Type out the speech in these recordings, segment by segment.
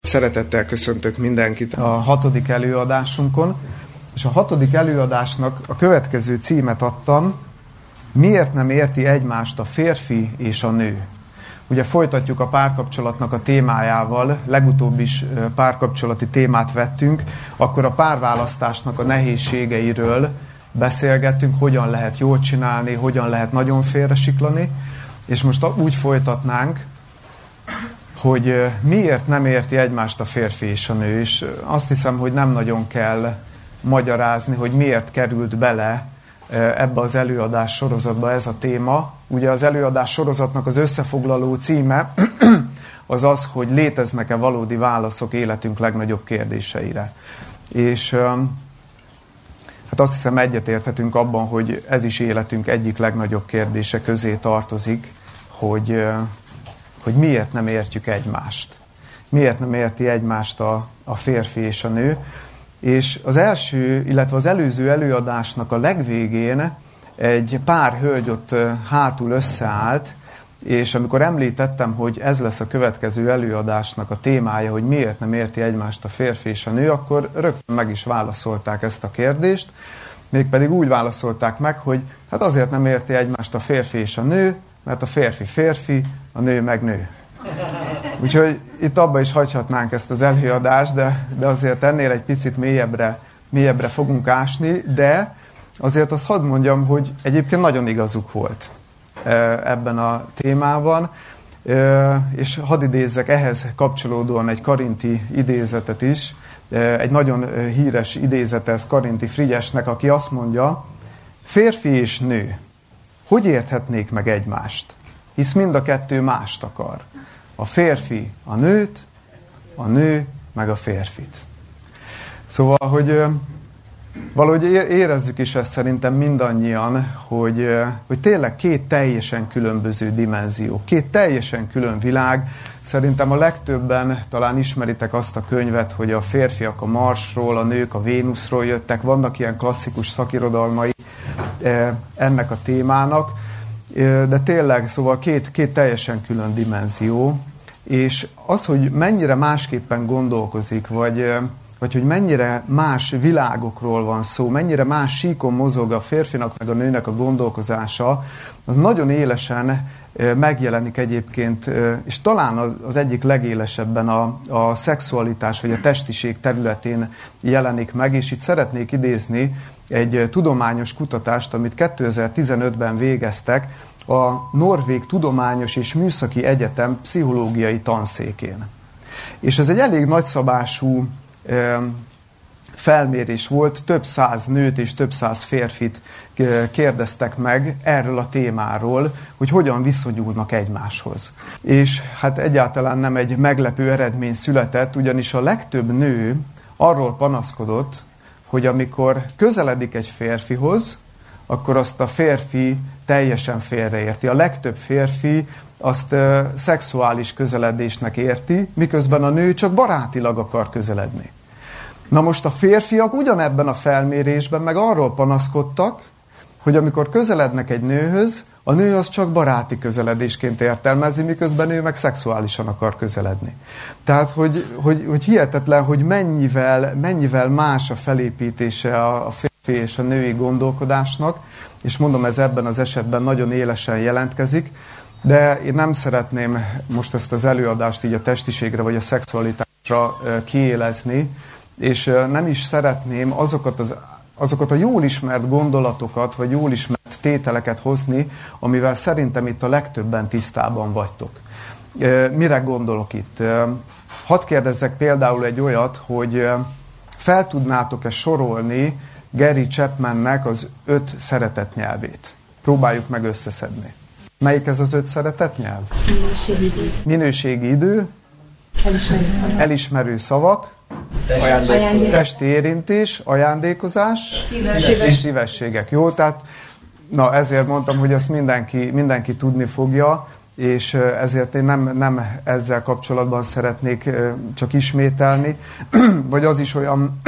Szeretettel köszöntök mindenkit a 6. előadásunkon, és a 6. előadásnak a következő címet adtam: Miért nem érti egymást a férfi és a nő? Ugye folytatjuk a párkapcsolatnak a témájával, legutóbb is párkapcsolati témát vettünk, akkor a párválasztásnak a nehézségeiről beszélgettünk, hogyan lehet jól csinálni, hogyan lehet nagyon félresiklani, és most úgy folytatnánk, hogy miért nem érti egymást a férfi és a nő, és azt hiszem, hogy nem nagyon kell magyarázni, hogy miért került bele ebbe az előadás sorozatba ez a téma. Ugye az előadás sorozatnak az összefoglaló címe az az, hogy léteznek-e valódi válaszok életünk legnagyobb kérdéseire. És hát azt hiszem egyetérthetünk abban, hogy ez is életünk egyik legnagyobb kérdése közé tartozik, hogy miért nem értjük egymást. Miért nem érti egymást a férfi és a nő. És az első, illetve az előző előadásnak a legvégén egy pár hölgy ott hátul összeállt, és amikor említettem, hogy ez lesz a következő előadásnak a témája, hogy miért nem érti egymást a férfi és a nő, akkor rögtön meg is válaszolták ezt a kérdést, mégpedig úgy válaszolták meg, hogy hát azért nem érti egymást a férfi és a nő, mert a férfi férfi, a nő meg nő. Úgyhogy itt abba is hagyhatnánk ezt az előadást, de azért ennél egy picit mélyebbre fogunk ásni, de azért azt hadd mondjam, hogy egyébként nagyon igazuk volt ebben a témában, és hadd idézzek ehhez kapcsolódóan egy karinti idézetet is, egy nagyon híres idézet ez Karinti Frigyesnek, aki azt mondja: férfi és nő, hogy érthetnék meg egymást? Hisz mind a kettő mást akar. A férfi a nőt, a nő meg a férfit. Szóval, hogy valahogy érezzük is ezt szerintem mindannyian, hogy tényleg két teljesen különböző dimenzió, két teljesen külön világ. Szerintem a legtöbben talán ismeritek azt a könyvet, hogy a férfiak a Marsról, a nők a Vénuszról jöttek. Vannak ilyen klasszikus szakirodalmai ennek a témának, de tényleg, szóval két teljesen külön dimenzió, és az, hogy mennyire másképpen gondolkozik, vagy hogy mennyire más világokról van szó, mennyire más síkon mozog a férfinak meg a nőnek a gondolkozása, az nagyon élesen megjelenik egyébként, és talán az egyik legélesebben a szexualitás vagy a testiség területén jelenik meg, és itt szeretnék idézni egy tudományos kutatást, amit 2015-ben végeztek a Norvég Tudományos és Műszaki Egyetem pszichológiai tanszékén. És ez egy elég nagyszabású felmérés volt, több száz nőt és több száz férfit kérdeztek meg erről a témáról, hogy hogyan viszonyulnak egymáshoz. És hát egyáltalán nem egy meglepő eredmény született, ugyanis a legtöbb nő arról panaszkodott, hogy amikor közeledik egy férfihoz, akkor azt a férfi teljesen félreérti. A legtöbb férfi azt szexuális közeledésnek érti, miközben a nő csak barátilag akar közeledni. Na most a férfiak ugyanebben a felmérésben meg arról panaszkodtak, hogy amikor közelednek egy nőhöz, a nő az csak baráti közeledésként értelmezi, miközben ő meg szexuálisan akar közeledni. Tehát, hogy hihetetlen, hogy mennyivel más a felépítése a férfi és a női gondolkodásnak, és mondom, ez ebben az esetben nagyon élesen jelentkezik, de én nem szeretném most ezt az előadást így a testiségre vagy a szexualitásra kiélezni, és nem is szeretném azokat a jól ismert gondolatokat, vagy jól ismert tételeket hozni, amivel szerintem itt a legtöbben tisztában vagytok. Mire gondolok itt? Hadd kérdezzek például egy olyat, hogy fel tudnátok-e sorolni Gary Chapmannek az 5 szeretetnyelvét? Próbáljuk meg összeszedni. Melyik ez az 5 szeretetnyelv? Minőségi idő. Elismerő szavak. Testi érintés, ajándékozás és szívességek. Jó, tehát ezért mondtam, hogy ezt mindenki tudni fogja, és ezért én nem ezzel kapcsolatban szeretnék csak ismételni, vagy az is olyan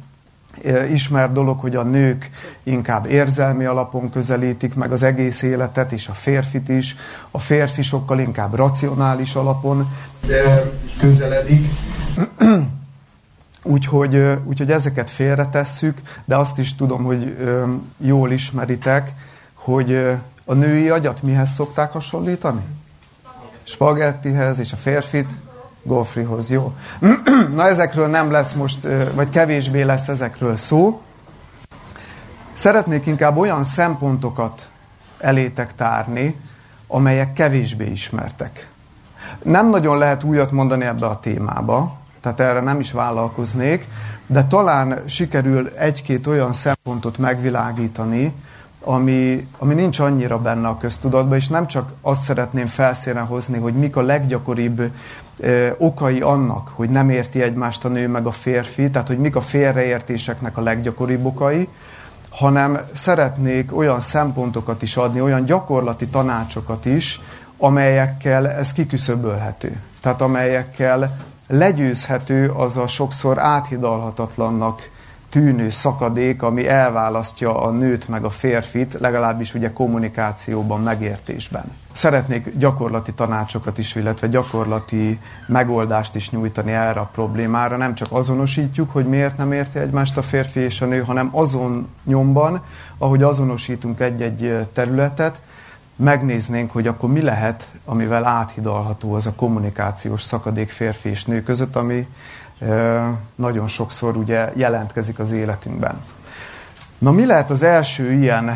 ismert dolog, hogy a nők inkább érzelmi alapon közelítik meg az egész életet, és a férfit is. A férfi sokkal inkább racionális alapon közeledik. Úgyhogy ezeket félretesszük, de azt is tudom, hogy jól ismeritek, hogy a női agyat mihez szokták hasonlítani? Spagettihez, és a férfit gofrihoz, jó. Na ezekről nem lesz most, vagy kevésbé lesz ezekről szó. Szeretnék inkább olyan szempontokat elétek tárni, amelyek kevésbé ismertek. Nem nagyon lehet újat mondani ebbe a témába, tehát erre nem is vállalkoznék, de talán sikerül egy-két olyan szempontot megvilágítani, ami nincs annyira benne a köztudatban, és nem csak azt szeretném felszínre hozni, hogy mik a leggyakoribb okai annak, hogy nem érti egymást a nő meg a férfi, tehát hogy mik a félreértéseknek a leggyakoribb okai, hanem szeretnék olyan szempontokat is adni, olyan gyakorlati tanácsokat is, amelyekkel ez kiküszöbölhető. Tehát amelyekkel legyőzhető az a sokszor áthidalhatatlannak tűnő szakadék, ami elválasztja a nőt meg a férfit, legalábbis ugye kommunikációban, megértésben. Szeretnék gyakorlati tanácsokat is, illetve gyakorlati megoldást is nyújtani erre a problémára. Nem csak azonosítjuk, hogy miért nem érti egymást a férfi és a nő, hanem azon nyomban, ahogy azonosítunk egy-egy területet, megnéznénk, hogy akkor mi lehet, amivel áthidalható az a kommunikációs szakadék férfi és nő között, ami nagyon sokszor ugye jelentkezik az életünkben. Na mi lehet az első ilyen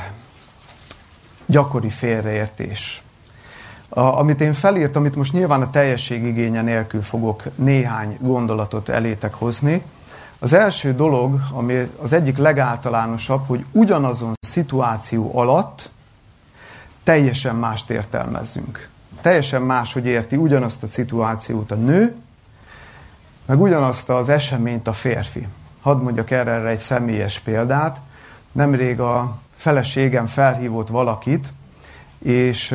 gyakori félreértés? Amit én felírtam, amit most nyilván a teljesség igénye nélkül fogok néhány gondolatot elétek hozni. Az első dolog, ami az egyik legáltalánosabb, hogy ugyanazon szituáció alatt teljesen mást értelmezzünk. Teljesen más, hogy érti ugyanazt a szituációt a nő, meg ugyanazt az eseményt a férfi. Hadd mondjak erre egy személyes példát. Nemrég a feleségem felhívott valakit, és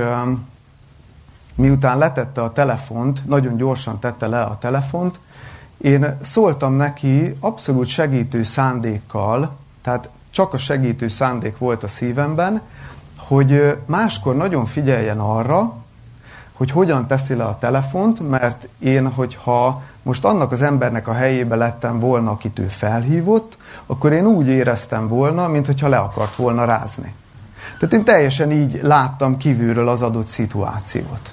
miután letette a telefont, nagyon gyorsan tette le a telefont, én szóltam neki abszolút segítő szándékkal, tehát csak a segítő szándék volt a szívemben, hogy máskor nagyon figyeljen arra, hogy hogyan teszi le a telefont, mert én, hogyha most annak az embernek a helyébe lettem volna, akit ő felhívott, akkor én úgy éreztem volna, mintha le akart volna rázni. Tehát én teljesen így láttam kívülről az adott szituációt.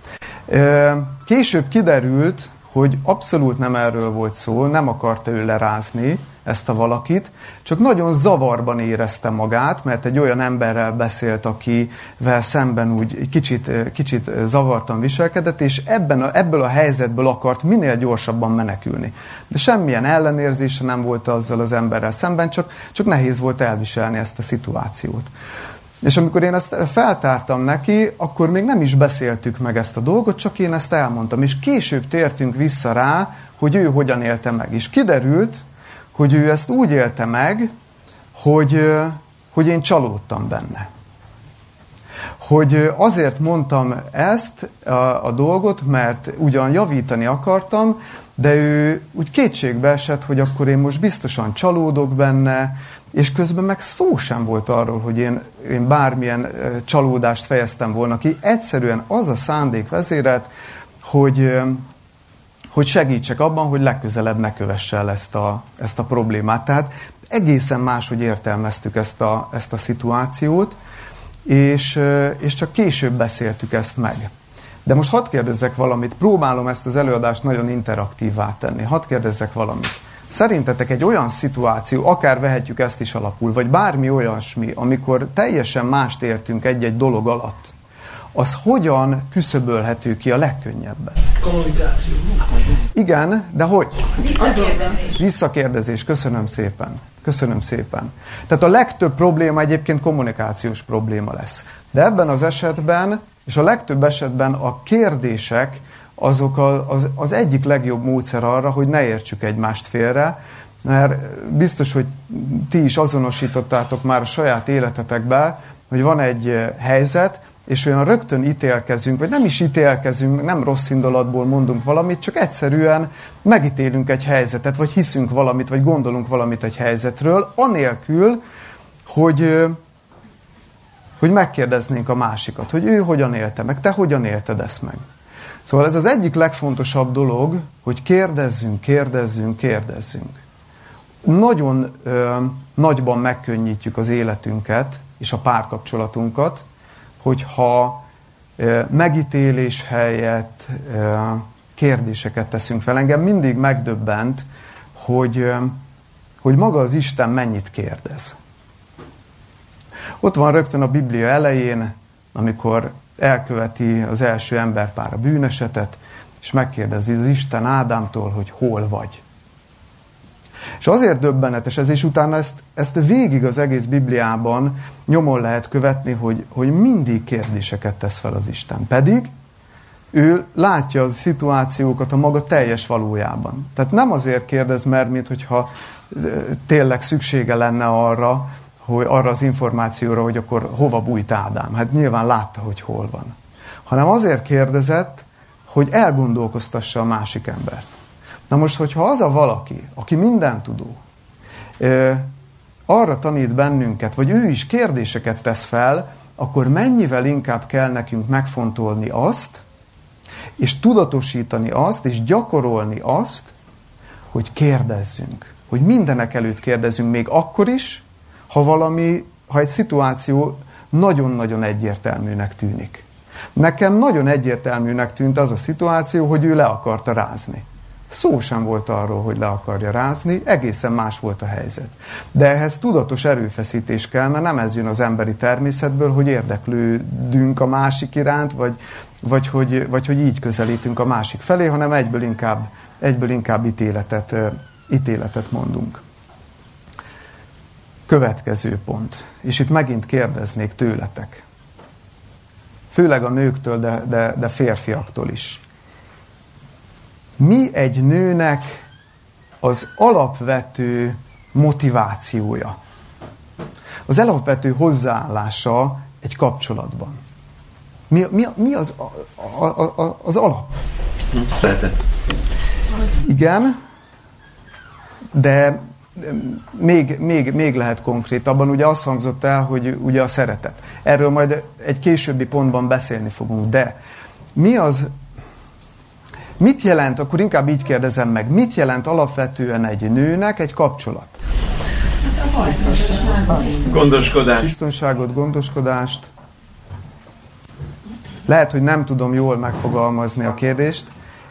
Később kiderült, hogy abszolút nem erről volt szó, nem akarta ő lerázni ezt a valakit, csak nagyon zavarban érezte magát, mert egy olyan emberrel beszélt, akivel szemben úgy kicsit zavartan viselkedett, és ebből a helyzetből akart minél gyorsabban menekülni. De semmilyen ellenérzése nem volt azzal az emberrel szemben, csak nehéz volt elviselni ezt a szituációt. És amikor én ezt feltártam neki, akkor még nem is beszéltük meg ezt a dolgot, csak én ezt elmondtam. És később tértünk vissza rá, hogy ő hogyan élte meg. És kiderült, hogy ő ezt úgy élte meg, hogy én csalódtam benne. Hogy azért mondtam ezt a dolgot, mert ugyan javítani akartam, de ő úgy kétségbe esett, hogy akkor én most biztosan csalódok benne, és közben meg szó sem volt arról, hogy én bármilyen csalódást fejeztem volna ki. Egyszerűen az a szándék vezérelt, hogy segítsek abban, hogy legközelebb ne kövesse el ezt a problémát. Tehát egészen máshogy értelmeztük ezt a szituációt, és csak később beszéltük ezt meg. De most hadd kérdezzek valamit, próbálom ezt az előadást nagyon interaktívvá tenni. Hadd kérdezzek valamit. Szerintetek egy olyan szituáció, akár vehetjük ezt is alapul, vagy bármi olyasmi, amikor teljesen mást értünk egy-egy dolog alatt, az hogyan küszöbölhető ki a legkönnyebben? Kommunikáció. Igen, de hogy? Visszakérdezés. Visszakérdezés, köszönöm szépen. Köszönöm szépen. Tehát a legtöbb probléma egyébként kommunikációs probléma lesz. De ebben az esetben, és a legtöbb esetben a kérdések, azok az egyik legjobb módszer arra, hogy ne értsük egymást félre, mert biztos, hogy ti is azonosítottátok már a saját életetekben, hogy van egy helyzet, és olyan rögtön ítélkezünk, vagy nem is ítélkezünk, nem rossz indulatból mondunk valamit, csak egyszerűen megítélünk egy helyzetet, vagy hiszünk valamit, vagy gondolunk valamit egy helyzetről, anélkül, hogy megkérdeznénk a másikat, hogy ő hogyan élte meg, te hogyan élted ezt meg. Szóval ez az egyik legfontosabb dolog, hogy kérdezzünk. Nagyon nagyban megkönnyítjük az életünket és a párkapcsolatunkat, hogyha megítélés helyett kérdéseket teszünk fel. Engem mindig megdöbbent, hogy maga az Isten mennyit kérdez. Ott van rögtön a Biblia elején, amikor elköveti az első emberpár a bűnesetet, és megkérdezi az Isten Ádámtól, hogy hol vagy. És azért döbbenetes ez, és utána ezt végig az egész Bibliában nyomon lehet követni, hogy mindig kérdéseket tesz fel az Isten. Pedig ő látja a szituációkat a maga teljes valójában. Tehát nem azért kérdez, mert minthogyha tényleg szüksége lenne arra az információra, hogy akkor hova bújt Ádám. Hát nyilván látta, hogy hol van. Hanem azért kérdezett, hogy elgondolkoztassa a másik embert. Na most, hogyha az a valaki, aki mindentudó, arra tanít bennünket, vagy ő is kérdéseket tesz fel, akkor mennyivel inkább kell nekünk megfontolni azt, és tudatosítani azt, és gyakorolni azt, hogy kérdezzünk. Hogy mindenek előtt kérdezzünk, még akkor is, ha egy szituáció nagyon-nagyon egyértelműnek tűnik. Nekem nagyon egyértelműnek tűnt az a szituáció, hogy ő le akarta rázni. Szó sem volt arról, hogy le akarja rázni, egészen más volt a helyzet. De ehhez tudatos erőfeszítés kell, mert nem ez jön az emberi természetből, hogy érdeklődünk a másik iránt, vagy hogy így közelítünk a másik felé, hanem egyből inkább ítéletet mondunk. Következő pont, és itt megint kérdeznék tőletek. Főleg a nőktől, de férfiaktól is. Mi egy nőnek az alapvető motivációja? Az alapvető hozzáállása egy kapcsolatban? Mi az alap? Szeretet. Igen, de még lehet konkrétabban. Ugye azt hangzott el, hogy ugye a szeretet. Erről majd egy későbbi pontban beszélni fogunk, de mit jelent, akkor inkább így kérdezem meg, mit jelent alapvetően egy nőnek egy kapcsolat? Gondoskodás. Biztonságot, gondoskodást. Lehet, hogy nem tudom jól megfogalmazni a kérdést,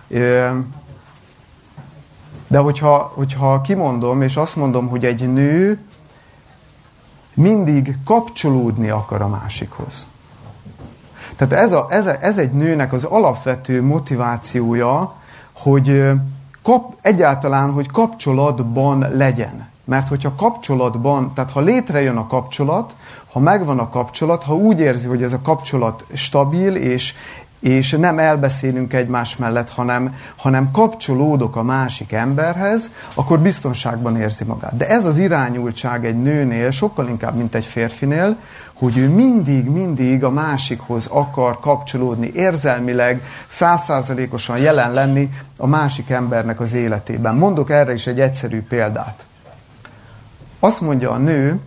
de hogyha kimondom, és azt mondom, hogy egy nő mindig kapcsolódni akar a másikhoz. Tehát ez egy nőnek az alapvető motivációja, hogy egyáltalán, hogy kapcsolatban legyen. Mert hogyha kapcsolatban, tehát ha létrejön a kapcsolat, ha megvan a kapcsolat, ha úgy érzi, hogy ez a kapcsolat stabil, és nem elbeszélünk egymás mellett, hanem kapcsolódok a másik emberhez, akkor biztonságban érzi magát. De ez az irányultság egy nőnél sokkal inkább, mint egy férfinél, hogy ő mindig a másikhoz akar kapcsolódni, érzelmileg 100%-osan jelen lenni a másik embernek az életében. Mondok erre is egy egyszerű példát. Azt mondja a nő,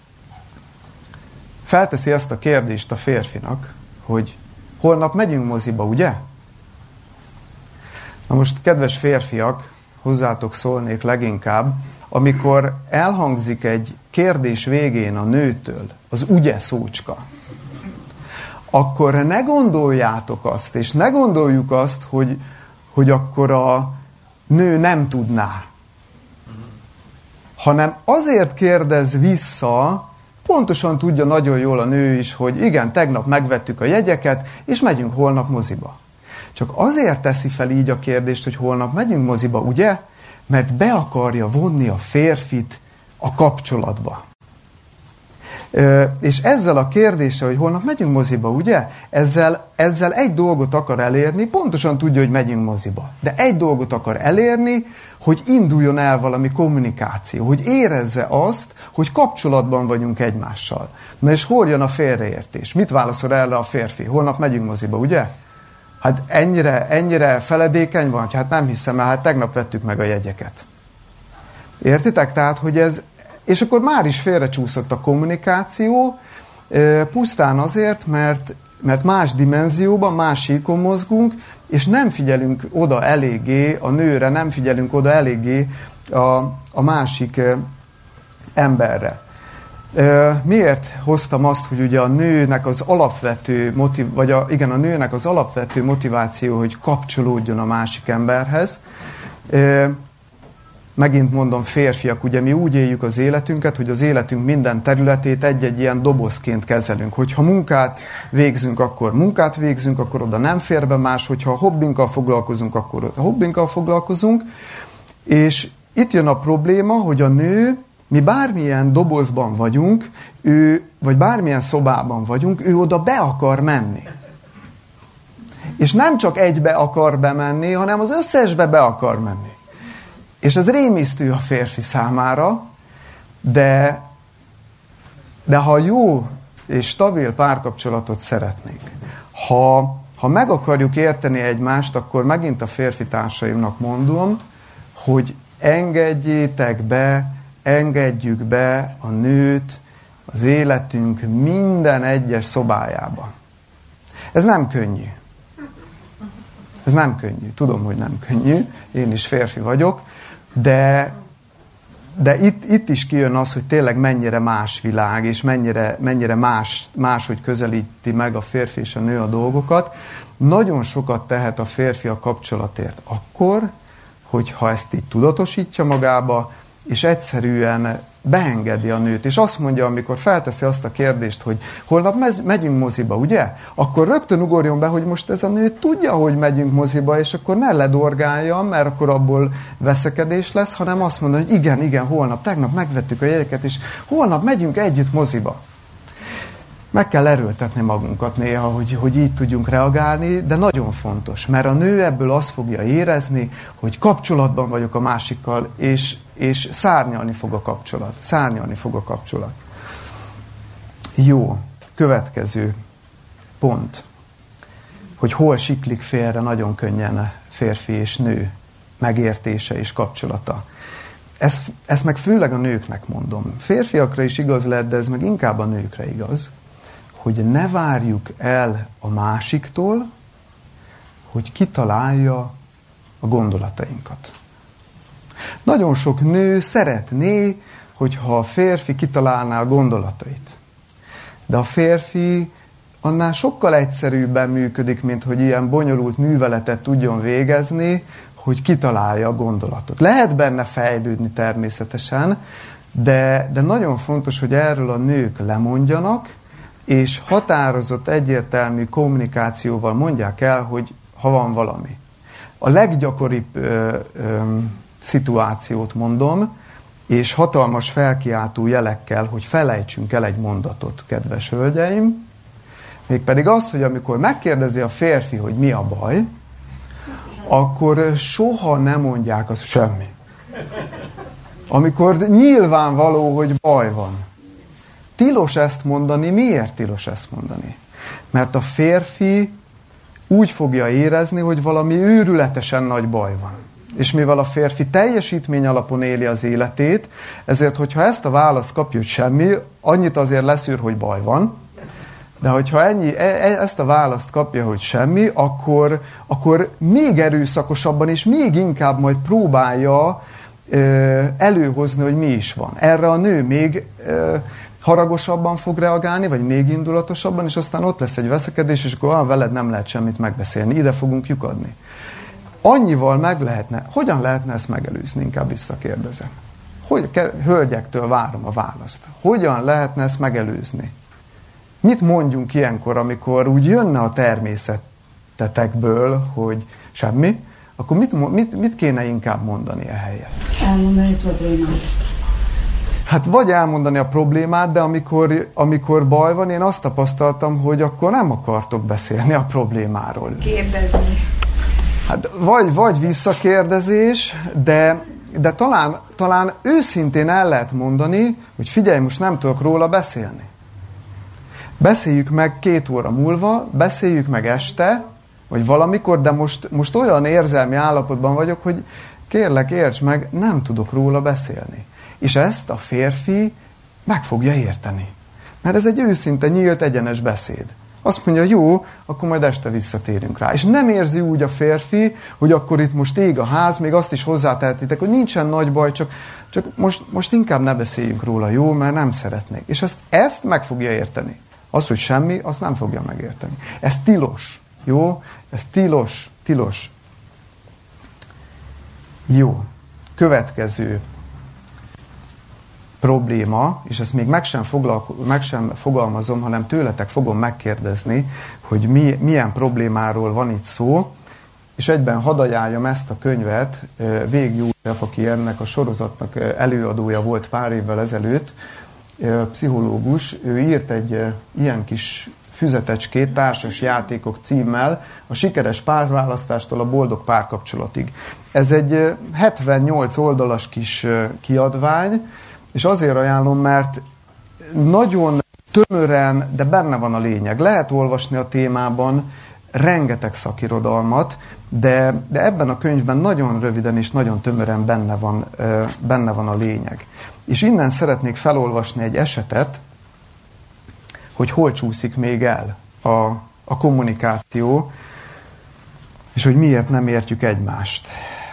felteszi ezt a kérdést a férfinak, hogy holnap megyünk moziba, ugye? Na most, kedves férfiak, hozzátok szólnék leginkább, amikor elhangzik egy kérdés végén a nőtől az ugye szócska, akkor ne gondoljátok azt, és ne gondoljuk azt, hogy akkor a nő nem tudná. Hanem azért kérdez vissza, pontosan tudja nagyon jól a nő is, hogy igen, tegnap megvettük a jegyeket, és megyünk holnap moziba. Csak azért teszi fel így a kérdést, hogy holnap megyünk moziba, ugye? Mert be akarja vonni a férfit a kapcsolatba. És ezzel a kérdéssel, hogy holnap megyünk moziba, ugye? Ezzel egy dolgot akar elérni, pontosan tudja, hogy megyünk moziba. De egy dolgot akar elérni, hogy induljon el valami kommunikáció, hogy érezze azt, hogy kapcsolatban vagyunk egymással. Na és hol jön a félreértés? Mit válaszol erre a férfi? Holnap megyünk moziba, ugye? Hát ennyire feledékeny van? Hát nem hiszem el, hát tegnap vettük meg a jegyeket. Értitek? Tehát, hogy ez... És akkor már is félrecsúszott a kommunikáció, pusztán azért, mert mert más dimenzióban, más síkon mozgunk, és nem figyelünk oda eléggé a nőre, nem figyelünk oda eléggé a másik emberre. Miért hoztam azt, hogy ugye a nőnek az alapvető a nőnek az alapvető motiváció, hogy kapcsolódjon a másik emberhez. Megint mondom, férfiak, ugye mi úgy éljük az életünket, hogy az életünk minden területét egy-egy ilyen dobozként kezelünk. Hogyha munkát végzünk, akkor oda nem fér be más, hogyha a hobbinkkal foglalkozunk, akkor a hobbinkkal foglalkozunk. És itt jön a probléma, hogy a nő, mi bármilyen dobozban vagyunk, vagy bármilyen szobában vagyunk, ő oda be akar menni. És nem csak egybe akar bemenni, hanem az összesbe be akar menni. És ez rémisztő a férfi számára, de ha jó és stabil párkapcsolatot szeretnénk, ha meg akarjuk érteni egymást, akkor megint a férfi társaimnak mondom, hogy engedjük be a nőt az életünk minden egyes szobájába. Ez nem könnyű. Tudom, hogy nem könnyű. Én is férfi vagyok. De itt is kijön az, hogy tényleg mennyire más világ, és mennyire máshogy közelíti meg a férfi és a nő a dolgokat. Nagyon sokat tehet a férfi a kapcsolatért akkor, hogyha ezt így tudatosítja magába, és egyszerűen beengedi a nőt. És azt mondja, amikor felteszi azt a kérdést, hogy holnap megyünk moziba, ugye? Akkor rögtön ugorjon be, hogy most ez a nő tudja, hogy megyünk moziba, és akkor ne ledorgálja, mert akkor abból veszekedés lesz, hanem azt mondja, hogy igen, holnap, tegnap megvettük a jegyeket, és holnap megyünk együtt moziba. Meg kell erőltetni magunkat néha, hogy így tudjunk reagálni, de nagyon fontos, mert a nő ebből azt fogja érezni, hogy kapcsolatban vagyok a másikkal, és szárnyalni fog a kapcsolat. Jó, következő pont, hogy hol siklik félre nagyon könnyen férfi és nő megértése és kapcsolata. Ezt meg főleg a nőknek mondom. Férfiakra is igaz lehet, de ez meg inkább a nőkre igaz, hogy ne várjuk el a másiktól, hogy kitalálja a gondolatainkat. Nagyon sok nő szeretné, hogyha a férfi kitalálná a gondolatait. De a férfi annál sokkal egyszerűbben működik, mint hogy ilyen bonyolult műveletet tudjon végezni, hogy kitalálja a gondolatot. Lehet benne fejlődni természetesen, de nagyon fontos, hogy erről a nők lemondjanak, és határozott, egyértelmű kommunikációval mondják el, hogy ha van valami. A leggyakoribb szituációt mondom, és hatalmas felkiáltó jelekkel, hogy felejtsünk el egy mondatot, kedves hölgyeim, mégpedig az, hogy amikor megkérdezi a férfi, hogy mi a baj, akkor soha nem mondják azt semmi. Amikor nyilvánvaló, hogy baj van. Tilos ezt mondani. Miért tilos ezt mondani? Mert a férfi úgy fogja érezni, hogy valami őrületesen nagy baj van. És mivel a férfi teljesítmény alapon éli az életét, ezért, hogyha ezt a választ kapja, hogy semmi, annyit azért leszűr, hogy baj van, de hogyha ezt a választ kapja, hogy semmi, akkor még erőszakosabban és még inkább majd próbálja előhozni, hogy mi is van. Erre a nő még haragosabban fog reagálni, vagy még indulatosabban, és aztán ott lesz egy veszekedés, és akkor veled nem lehet semmit megbeszélni. Ide fogunk lyukadni. Annyival hogyan lehetne ezt megelőzni? Inkább visszakérdezem. Hölgyektől várom a választ. Hogyan lehetne ezt megelőzni? Mit mondjunk ilyenkor, amikor úgy jönne a természetetekből, hogy semmi, akkor mit kéne inkább mondani ehelyett? Elmondani a problémát. Hát vagy elmondani a problémát, de amikor baj van, én azt tapasztaltam, hogy akkor nem akartok beszélni a problémáról. Kérdezni. Hát vagy visszakérdezés, de talán őszintén el lehet mondani, hogy figyelj, most nem tudok róla beszélni. Beszéljük meg 2 óra múlva, beszéljük meg este, vagy valamikor, de most olyan érzelmi állapotban vagyok, hogy kérlek, érts meg, nem tudok róla beszélni. És ezt a férfi meg fogja érteni. Mert ez egy őszinte, nyílt, egyenes beszéd. Azt mondja, jó, akkor majd este visszatérünk rá. És nem érzi úgy a férfi, hogy akkor itt most ég a ház, még azt is hozzátehetitek, hogy nincsen nagy baj, csak most inkább ne beszéljünk róla, jó, mert nem szeretnék. És ezt meg fogja érteni. Az, hogy semmi, azt nem fogja megérteni. Ez tilos, jó? Ez tilos. Jó. Következő probléma, és ezt még meg sem fogalmazom, hanem tőletek fogom megkérdezni, hogy milyen problémáról van itt szó, és egyben hadd ajánljam ezt a könyvet, Vég József, aki ennek a sorozatnak előadója volt pár évvel ezelőtt, pszichológus, ő írt egy ilyen kis füzetecskét, Társas játékok címmel, a sikeres párválasztástól a boldog párkapcsolatig. Ez egy 78 oldalas kis kiadvány, és azért ajánlom, mert nagyon tömören, de benne van a lényeg. Lehet olvasni a témában rengeteg szakirodalmat, de ebben a könyvben nagyon röviden és nagyon tömören benne van a lényeg. És innen szeretnék felolvasni egy esetet, hogy hol csúszik még el a kommunikáció, és hogy miért nem értjük egymást.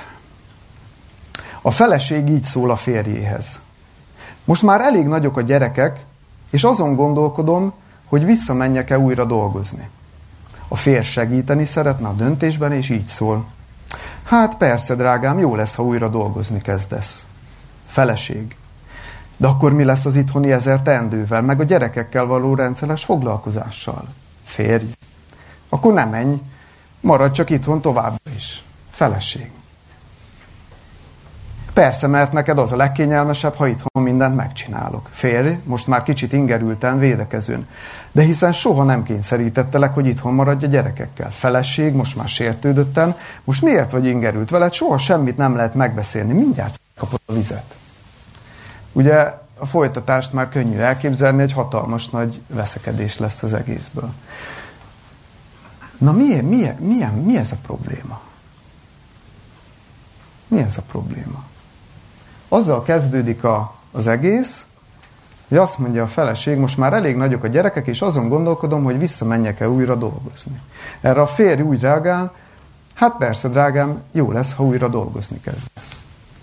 A feleség így szól a férjéhez. Most már elég nagyok a gyerekek, és azon gondolkodom, hogy visszamenjek-e újra dolgozni. A férj segíteni szeretne a döntésben, és így szól. Hát persze, drágám, jó lesz, ha újra dolgozni kezdesz. Feleség. De akkor mi lesz az itthoni 1000 teendővel, meg a gyerekekkel való rendszeres foglalkozással? Férj. Akkor nem menj, maradj csak itthon továbbra is. Feleség. Persze, mert neked az a legkényelmesebb, ha itthon mindent megcsinálok. Férj, most már kicsit ingerülten, védekezőn. De hiszen soha nem kényszerítettelek, hogy itthon maradj a gyerekekkel. Feleség, most már sértődötten. Most miért vagy ingerült veled? Soha semmit nem lehet megbeszélni. Mindjárt kapod a vizet. Ugye a folytatást már könnyű elképzelni, egy hatalmas nagy veszekedés lesz az egészből. Na mi ez a probléma? Mi ez a probléma? Azzal kezdődik az egész, hogy azt mondja a feleség, most már elég nagyok a gyerekek, és azon gondolkodom, hogy visszamenjek-e újra dolgozni. Erre a férj úgy reagál, hát persze, drágám, jó lesz, ha újra dolgozni kezdesz.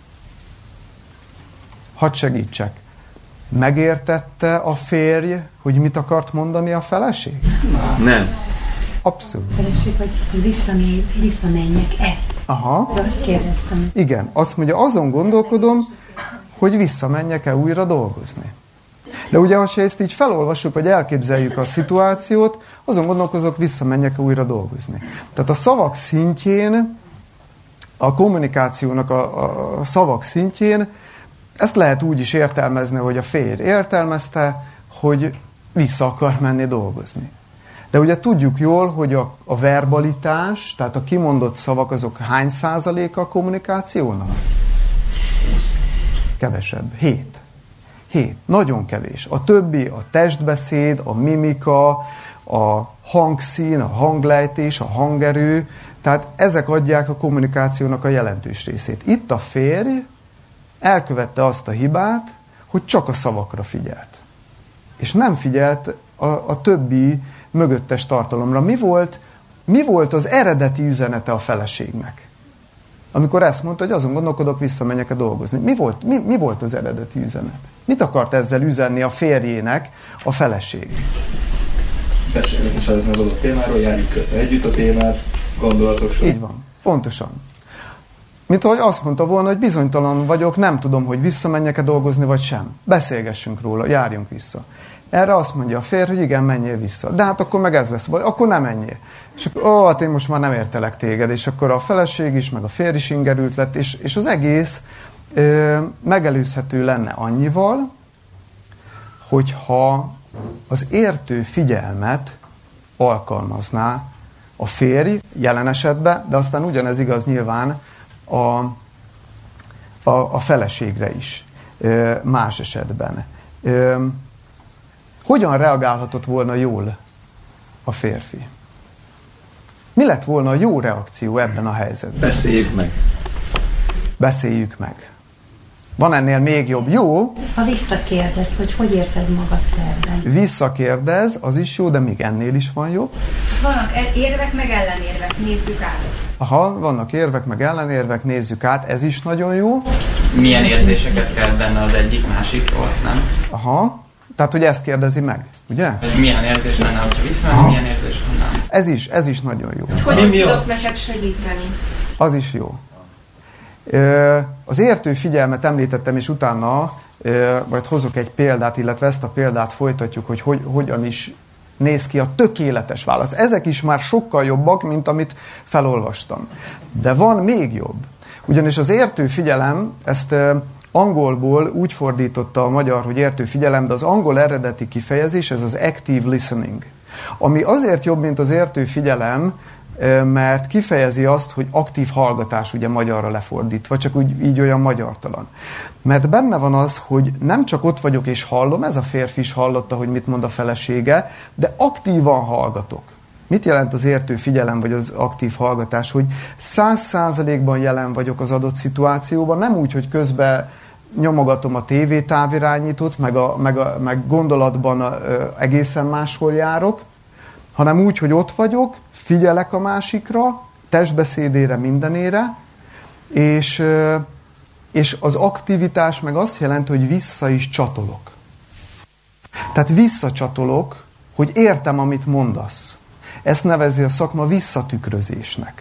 Hadd segítsek. Megértette a férj, hogy mit akart mondani a feleség? Nem. Abszolút. Feleség, hogy visszamenjek-e? Aha. Azt kérdeztem. Igen, azt mondja, azon gondolkodom, hogy visszamenjek-e újra dolgozni. De ugye, ha ezt így felolvassuk, vagy elképzeljük a szituációt, azon gondolkozok, visszamenjek-e újra dolgozni. Tehát a szavak szintjén, a kommunikációnak a szavak szintjén, ezt lehet úgy is értelmezni, hogy a férj értelmezte, hogy vissza akar menni dolgozni. De ugye tudjuk jól, hogy a verbalitás, tehát a kimondott szavak, azok hány százaléka a kommunikációnak? Kevesebb. 7. Nagyon kevés. A többi, a testbeszéd, a mimika, a hangszín, a hanglejtés, a hangerő, tehát ezek adják a kommunikációnak a jelentős részét. Itt a férj elkövette azt a hibát, hogy csak a szavakra figyelt. És nem figyelt a többi mögöttes tartalomra. Mi volt az eredeti üzenete a feleségnek? Amikor ezt mondta, hogy azon gondolkodok, visszamenjek-e dolgozni. Mi volt az eredeti üzenet? Mit akart ezzel üzenni a férjének a feleség? Beszélni szeretne az adott témáról, járjuk körbe együtt a témát, gondolatok során. Így van, pontosan. Mint ahogy azt mondta volna, hogy bizonytalan vagyok, nem tudom, hogy visszamenjek-e dolgozni, vagy sem. Beszélgessünk róla, járjunk vissza. Erre azt mondja a férj, hogy igen, menjél vissza. De hát akkor meg ez lesz, vagy akkor nem menjél. És akkor, hát én most már nem értelek téged. És akkor a feleség is, meg a férj is ingerült lett, és az egész megelőzhető lenne annyival, hogyha az értő figyelmet alkalmazná a férj jelen esetben, de aztán ugyanez igaz nyilván a feleségre is más esetben. Hogyan reagálhatott volna jól a férfi? Mi lett volna a jó reakció ebben a helyzetben? Beszéljük meg. Beszéljük meg. Van ennél még jobb. Jó. Ha visszakérdez, hogy érzed magad terben. Visszakérdez, az is jó, de még ennél is van jobb. Vannak érvek, meg ellenérvek, nézzük át. Aha, vannak érvek, meg ellenérvek, nézzük át, ez is nagyon jó. Milyen érzéseket kell benne az egyik másikról, nem? Aha, tehát hogy ezt kérdezi meg, ugye? Hogy milyen érzés lenne, hogyha visszamenni, milyen érzés lenne. Ez is nagyon jó. Hogyan tudok neked segíteni? Az is jó. Az értő figyelmet említettem, és utána majd hozok egy példát, illetve ezt a példát folytatjuk, hogy hogyan is néz ki a tökéletes válasz. Ezek is már sokkal jobbak, mint amit felolvastam. De van még jobb. Ugyanis az értő figyelem, ezt angolból úgy fordította a magyar, hogy értő figyelem, de az angol eredeti kifejezés, ez az active listening. Ami azért jobb, mint az értő figyelem, mert kifejezi azt, hogy aktív hallgatás, ugye magyarra lefordítva, csak úgy így olyan magyartalan. Mert benne van az, hogy nem csak ott vagyok és hallom, ez a férfi is hallotta, hogy mit mond a felesége, de aktívan hallgatok. Mit jelent az értő figyelem, vagy az aktív hallgatás? Hogy 100%-ban jelen vagyok az adott szituációban, nem úgy, hogy közben nyomogatom a tévétávirányítót, meg gondolatban egészen máshol járok, hanem úgy, hogy ott vagyok, figyelek a másikra, testbeszédére, mindenére, és az aktivitás meg azt jelenti, hogy vissza is csatolok. Tehát visszacsatolok, hogy értem, amit mondasz. Ezt nevezi a szakma visszatükrözésnek.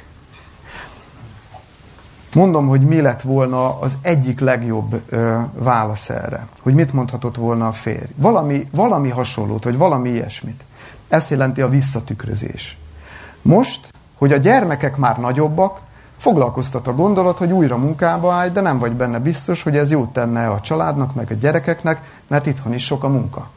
Mondom, hogy mi lett volna az egyik legjobb válasz erre. Hogy mit mondhatott volna a férj. Valami hasonlót, vagy valami ilyesmit. Ezt jelenti a visszatükrözés. Most, hogy a gyermekek már nagyobbak, foglalkoztat a gondolat, hogy újra munkába állj, de nem vagy benne biztos, hogy ez jót tenne a családnak, meg a gyerekeknek, mert itthon is sok a munka.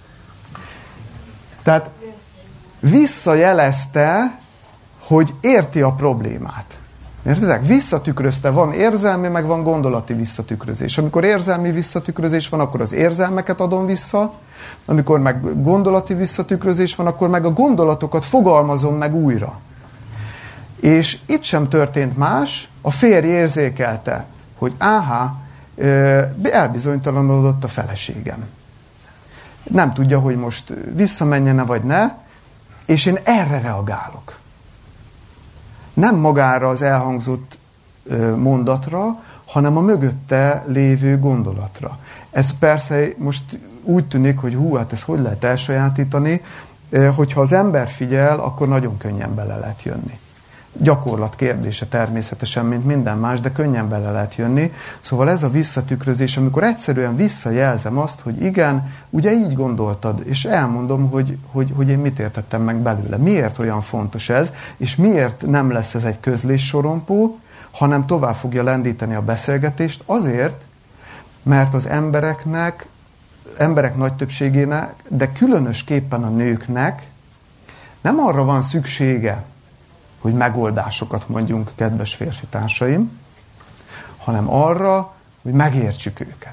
Tehát visszajelezte, hogy érti a problémát. Értitek? Visszatükrözte, van érzelmi, meg van gondolati visszatükrözés. Amikor érzelmi visszatükrözés van, akkor az érzelmeket adom vissza, amikor meg gondolati visszatükrözés van, akkor meg a gondolatokat fogalmazom meg újra. És itt sem történt más, a férj érzékelte, hogy elbizonytalanodott a feleségem. Nem tudja, hogy most visszamenjene vagy ne, és én erre reagálok. Nem magára az elhangzott mondatra, hanem a mögötte lévő gondolatra. Ez persze most úgy tűnik, hogy hát ezt hogy lehet elsajátítani, hogyha az ember figyel, akkor nagyon könnyen bele lehet jönni. Gyakorlat kérdése természetesen, mint minden más, de könnyen bele lehet jönni. Szóval ez a visszatükrözés, amikor egyszerűen visszajelzem azt, hogy igen, ugye így gondoltad, és elmondom, hogy én mit értettem meg belőle. Miért olyan fontos ez, és miért nem lesz ez egy közléssorompó, hanem tovább fogja lendíteni a beszélgetést, azért, mert az emberek nagy többségének, de különösképpen a nőknek nem arra van szüksége, hogy megoldásokat mondjunk, kedves férfi társaim, hanem arra, hogy megértsük őket.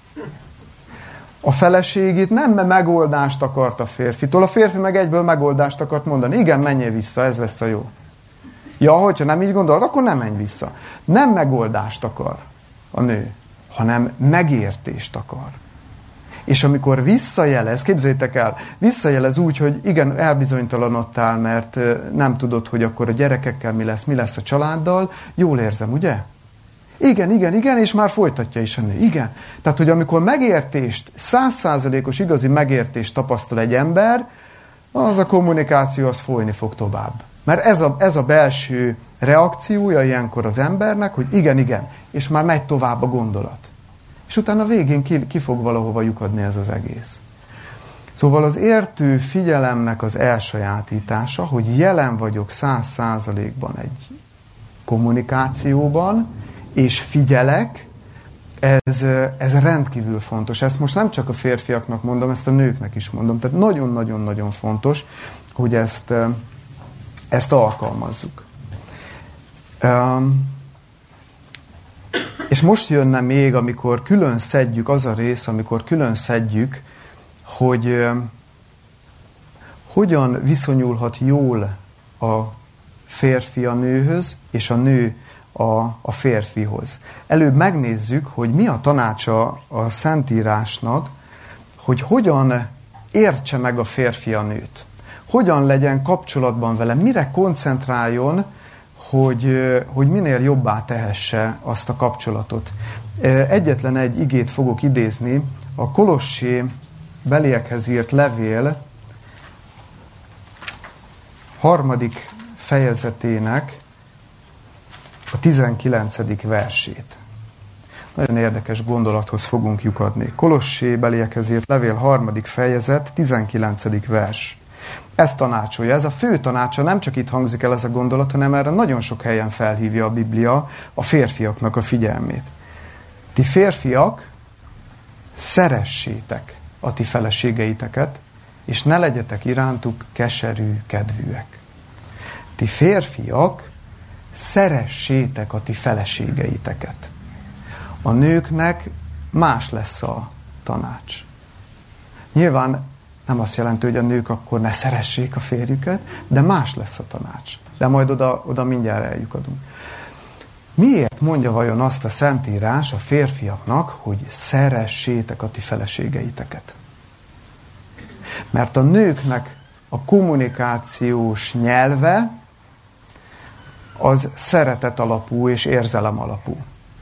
A feleségét nem megoldást akart a férfitól, a férfi meg egyből megoldást akart mondani. Igen, menjél vissza, ez lesz a jó. Ja, hogyha nem így gondolod, akkor nem menj vissza. Nem megoldást akar a nő, hanem megértést akar. És amikor visszajelez, képzeljétek el, visszajelez úgy, hogy igen, elbizonytalanodtál, mert nem tudod, hogy akkor a gyerekekkel mi lesz a családdal, jól érzem, ugye? Igen, és már folytatja is a nő. Igen. Tehát, hogy amikor megértést, 100%-os igazi megértést tapasztal egy ember, az a kommunikáció az folyni fog tovább. Mert ez a belső reakciója ilyenkor az embernek, hogy igen, és már megy tovább a gondolat. És utána a végén ki fog valahova lyukadni ez az egész. Szóval az értő figyelemnek az elsajátítása, hogy jelen vagyok 100%-ban egy kommunikációban, és figyelek, ez rendkívül fontos. Ezt most nem csak a férfiaknak mondom, ezt a nőknek is mondom. Tehát nagyon-nagyon-nagyon fontos, hogy ezt alkalmazzuk. És most jönne még, amikor külön szedjük, az a rész, amikor külön szedjük, hogy hogyan viszonyulhat jól a férfi a nőhöz, és a nő a férfihoz. Előbb megnézzük, hogy mi a tanácsa a Szentírásnak, hogy hogyan értse meg a férfi a nőt. Hogyan legyen kapcsolatban vele, mire koncentráljon, hogy minél jobbá tehesse azt a kapcsolatot. Egyetlen egy igét fogok idézni, a Kolossé beliekhez írt levél 3. fejezetének a 19. versét. Nagyon érdekes gondolathoz fogunk lyukadni. Kolossé beliekhez írt levél 3. fejezet, 19. vers. Ez tanácsolja, ez a fő tanácsa, nem csak itt hangzik el ez a gondolat, hanem erre nagyon sok helyen felhívja a Biblia a férfiaknak a figyelmét. Ti férfiak, szeressétek a ti feleségeiteket, és ne legyetek irántuk keserű kedvűek. Ti férfiak, szeressétek a ti feleségeiteket. A nőknek más lesz a tanács. Nyilván nem azt jelenti, hogy a nők akkor ne szeressék a férjüket, de más lesz a tanács. De majd oda mindjárt eljukadunk. Miért mondja vajon azt a Szentírás a férfiaknak, hogy szeressétek a ti feleségeiteket? Mert a nőknek a kommunikációs nyelve az szeretet alapú és érzelem alapú.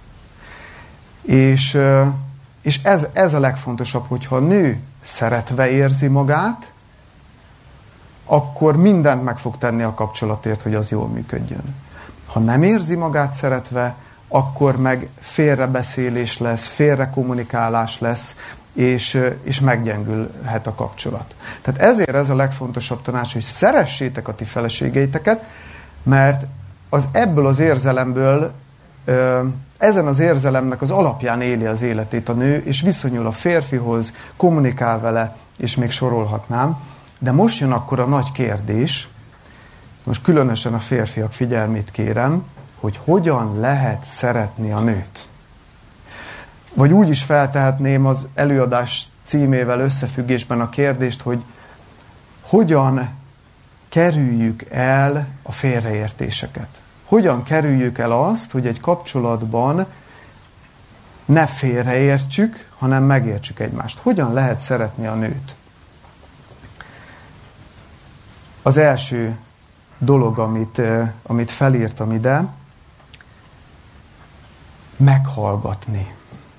És ez a legfontosabb, hogyha a nő szeretve érzi magát, akkor mindent meg fog tenni a kapcsolatért, hogy az jól működjön. Ha nem érzi magát szeretve, akkor meg félrebeszélés lesz, félrekommunikálás lesz, és meggyengülhet a kapcsolat. Tehát ezért ez a legfontosabb tanács, hogy szeressétek a ti feleségeiteket, mert ebből az érzelemből, ezen az érzelemnek az alapján éli az életét a nő, és viszonyul a férfihoz, kommunikál vele, és még sorolhatnám. De most jön akkor a nagy kérdés, most különösen a férfiak figyelmét kérem, hogy hogyan lehet szeretni a nőt. Vagy úgy is feltehetném az előadás címével összefüggésben a kérdést, hogy hogyan kerüljük el a félreértéseket. Hogyan kerüljük el azt, hogy egy kapcsolatban ne félreértsük, hanem megértsük egymást. Hogyan lehet szeretni a nőt? Az első dolog, amit felírtam ide, meghallgatni.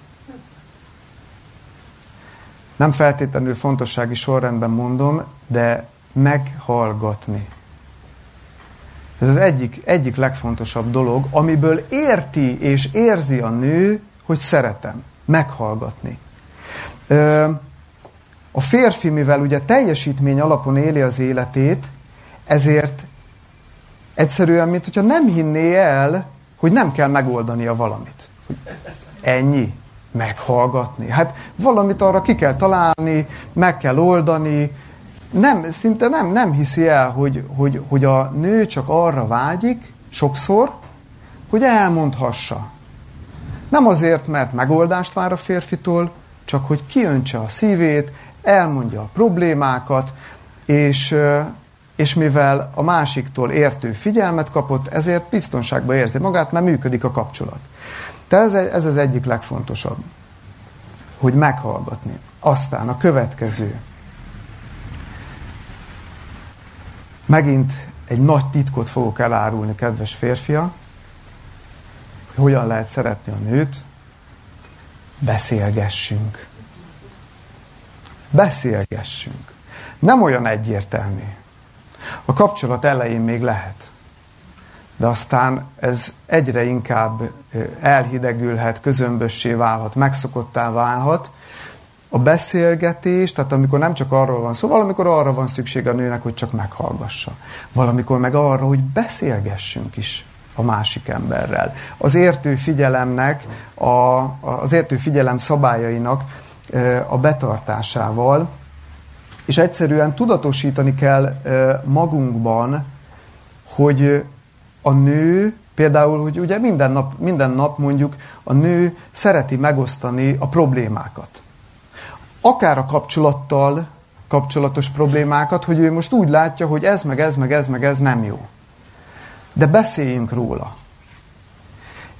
Nem feltétlenül fontossági sorrendben mondom, de meghallgatni. Ez az egyik legfontosabb dolog, amiből érti és érzi a nő, hogy szeretem. Meghallgatni. A férfi, mivel ugye teljesítmény alapon éli az életét, ezért egyszerűen, mint hogyha nem hinné el, hogy nem kell megoldania valamit. Ennyi. Meghallgatni. Hát valamit arra ki kell találni, meg kell oldani. Szinte nem hiszi el, hogy a nő csak arra vágyik, sokszor, hogy elmondhassa. Nem azért, mert megoldást vár a férfitól, csak hogy kiöntse a szívét, elmondja a problémákat, és mivel a másiktól értő figyelmet kapott, ezért biztonságban érzi magát, mert működik a kapcsolat. Tehát ez az egyik legfontosabb, hogy meghallgatni. Aztán a következő. Megint egy nagy titkot fogok elárulni, kedves férfiak, hogy hogyan lehet szeretni a nőt. Beszélgessünk. Beszélgessünk. Nem olyan egyértelmű. A kapcsolat elején még lehet. De aztán ez egyre inkább elhidegülhet, közömbössé válhat, megszokottá válhat. A beszélgetés, tehát amikor nem csak arról van szó, valamikor arra van szükség a nőnek, hogy csak meghallgassa. Valamikor meg arra, hogy beszélgessünk is a másik emberrel. Az értő figyelemnek, az értő figyelem szabályainak a betartásával, és egyszerűen tudatosítani kell magunkban, hogy a nő, például, hogy ugye minden nap mondjuk a nő szereti megosztani a problémákat. Akár a kapcsolattal kapcsolatos problémákat, hogy ő most úgy látja, hogy ez meg ez nem jó. De beszéljünk róla.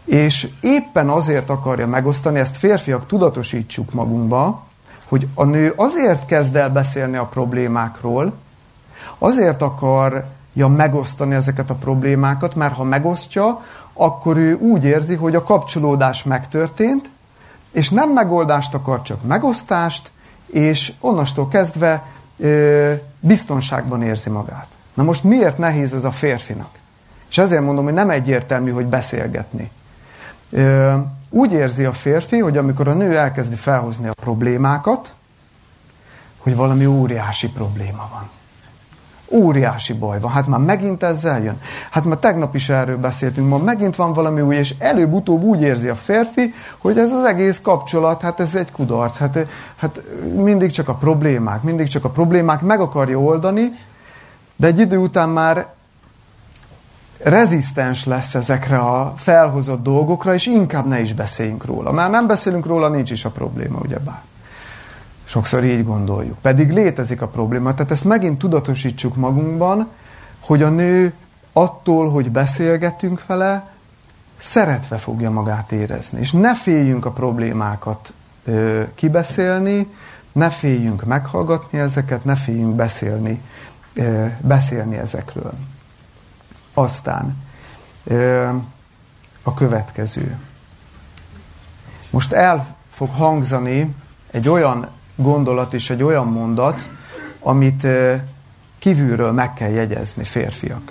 És éppen azért akarja megosztani, ezt férfiak tudatosítsuk magunkba, hogy a nő azért kezd el beszélni a problémákról, azért akarja megosztani ezeket a problémákat, mert ha megosztja, akkor ő úgy érzi, hogy a kapcsolódás megtörtént, és nem megoldást akar, csak megosztást, és onnastól kezdve biztonságban érzi magát. Na most miért nehéz ez a férfinak? És ezért mondom, hogy nem egyértelmű, hogy beszélgetni. Úgy érzi a férfi, hogy amikor a nő elkezdi felhozni a problémákat, hogy valami óriási probléma van. Óriási baj van. Hát már megint ezzel jön. Hát már tegnap is erről beszéltünk, ma megint van valami új, és előbb-utóbb úgy érzi a férfi, hogy ez az egész kapcsolat, hát ez egy kudarc. Hát mindig csak a problémák, meg akarja oldani, de egy idő után már rezisztens lesz ezekre a felhozott dolgokra, és inkább ne is beszéljünk róla. Már nem beszélünk róla, nincs is a probléma, ugyebár. Sokszor így gondoljuk. Pedig létezik a probléma. Tehát ezt megint tudatosítsuk magunkban, hogy a nő attól, hogy beszélgetünk vele, szeretve fogja magát érezni. És ne féljünk a problémákat kibeszélni, ne féljünk meghallgatni ezeket, ne féljünk beszélni ezekről. Aztán a következő. Most el fog hangzani egy olyan gondolat és egy olyan mondat, amit kívülről meg kell jegyezni, férfiak.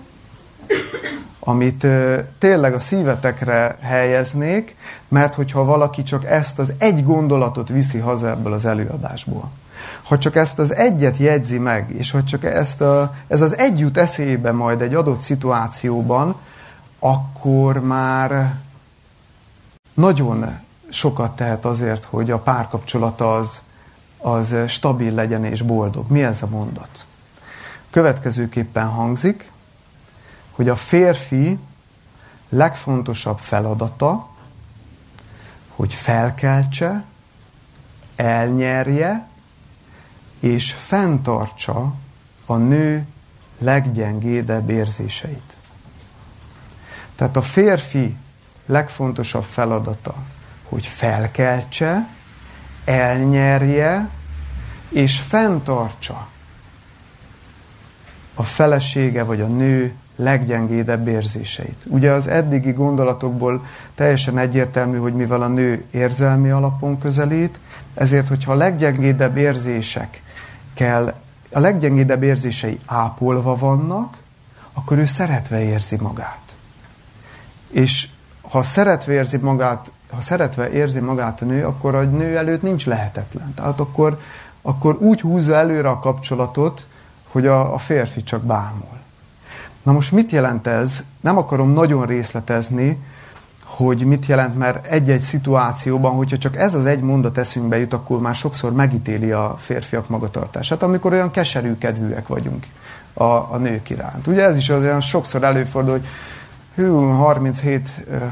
Amit tényleg a szívetekre helyeznék, mert hogyha valaki csak ezt az egy gondolatot viszi haza ebből az előadásból, ha csak ezt az egyet jegyzi meg, és ha csak ez az egy jut eszébe majd egy adott szituációban, akkor már nagyon sokat tehet azért, hogy a párkapcsolata az stabil legyen és boldog. Mi ez a mondat? Következőképpen hangzik, hogy a férfi legfontosabb feladata, hogy felkeltse, elnyerje és fenntartsa a nő leggyengédebb érzéseit. Tehát a férfi legfontosabb feladata, hogy felkeltse, elnyerje és fenntartsa a felesége vagy a nő leggyengédebb érzéseit. Ugye az eddigi gondolatokból teljesen egyértelmű, hogy mivel a nő érzelmi alapon közelít, ezért, hogyha a leggyengédebb érzései ápolva vannak, akkor ő szeretve érzi magát. És ha szeretve érzi magát a nő, akkor a nő előtt nincs lehetetlen. Tehát akkor úgy húzza előre a kapcsolatot, hogy a férfi csak bámul. Na most mit jelent ez? Nem akarom nagyon részletezni, hogy mit jelent, mert egy-egy szituációban, hogyha csak ez az egy mondat eszünkbe jut, akkor már sokszor megítéli a férfiak magatartását, amikor olyan keserű kedvűek vagyunk a nők iránt. Ugye ez is olyan sokszor előfordul, hogy 37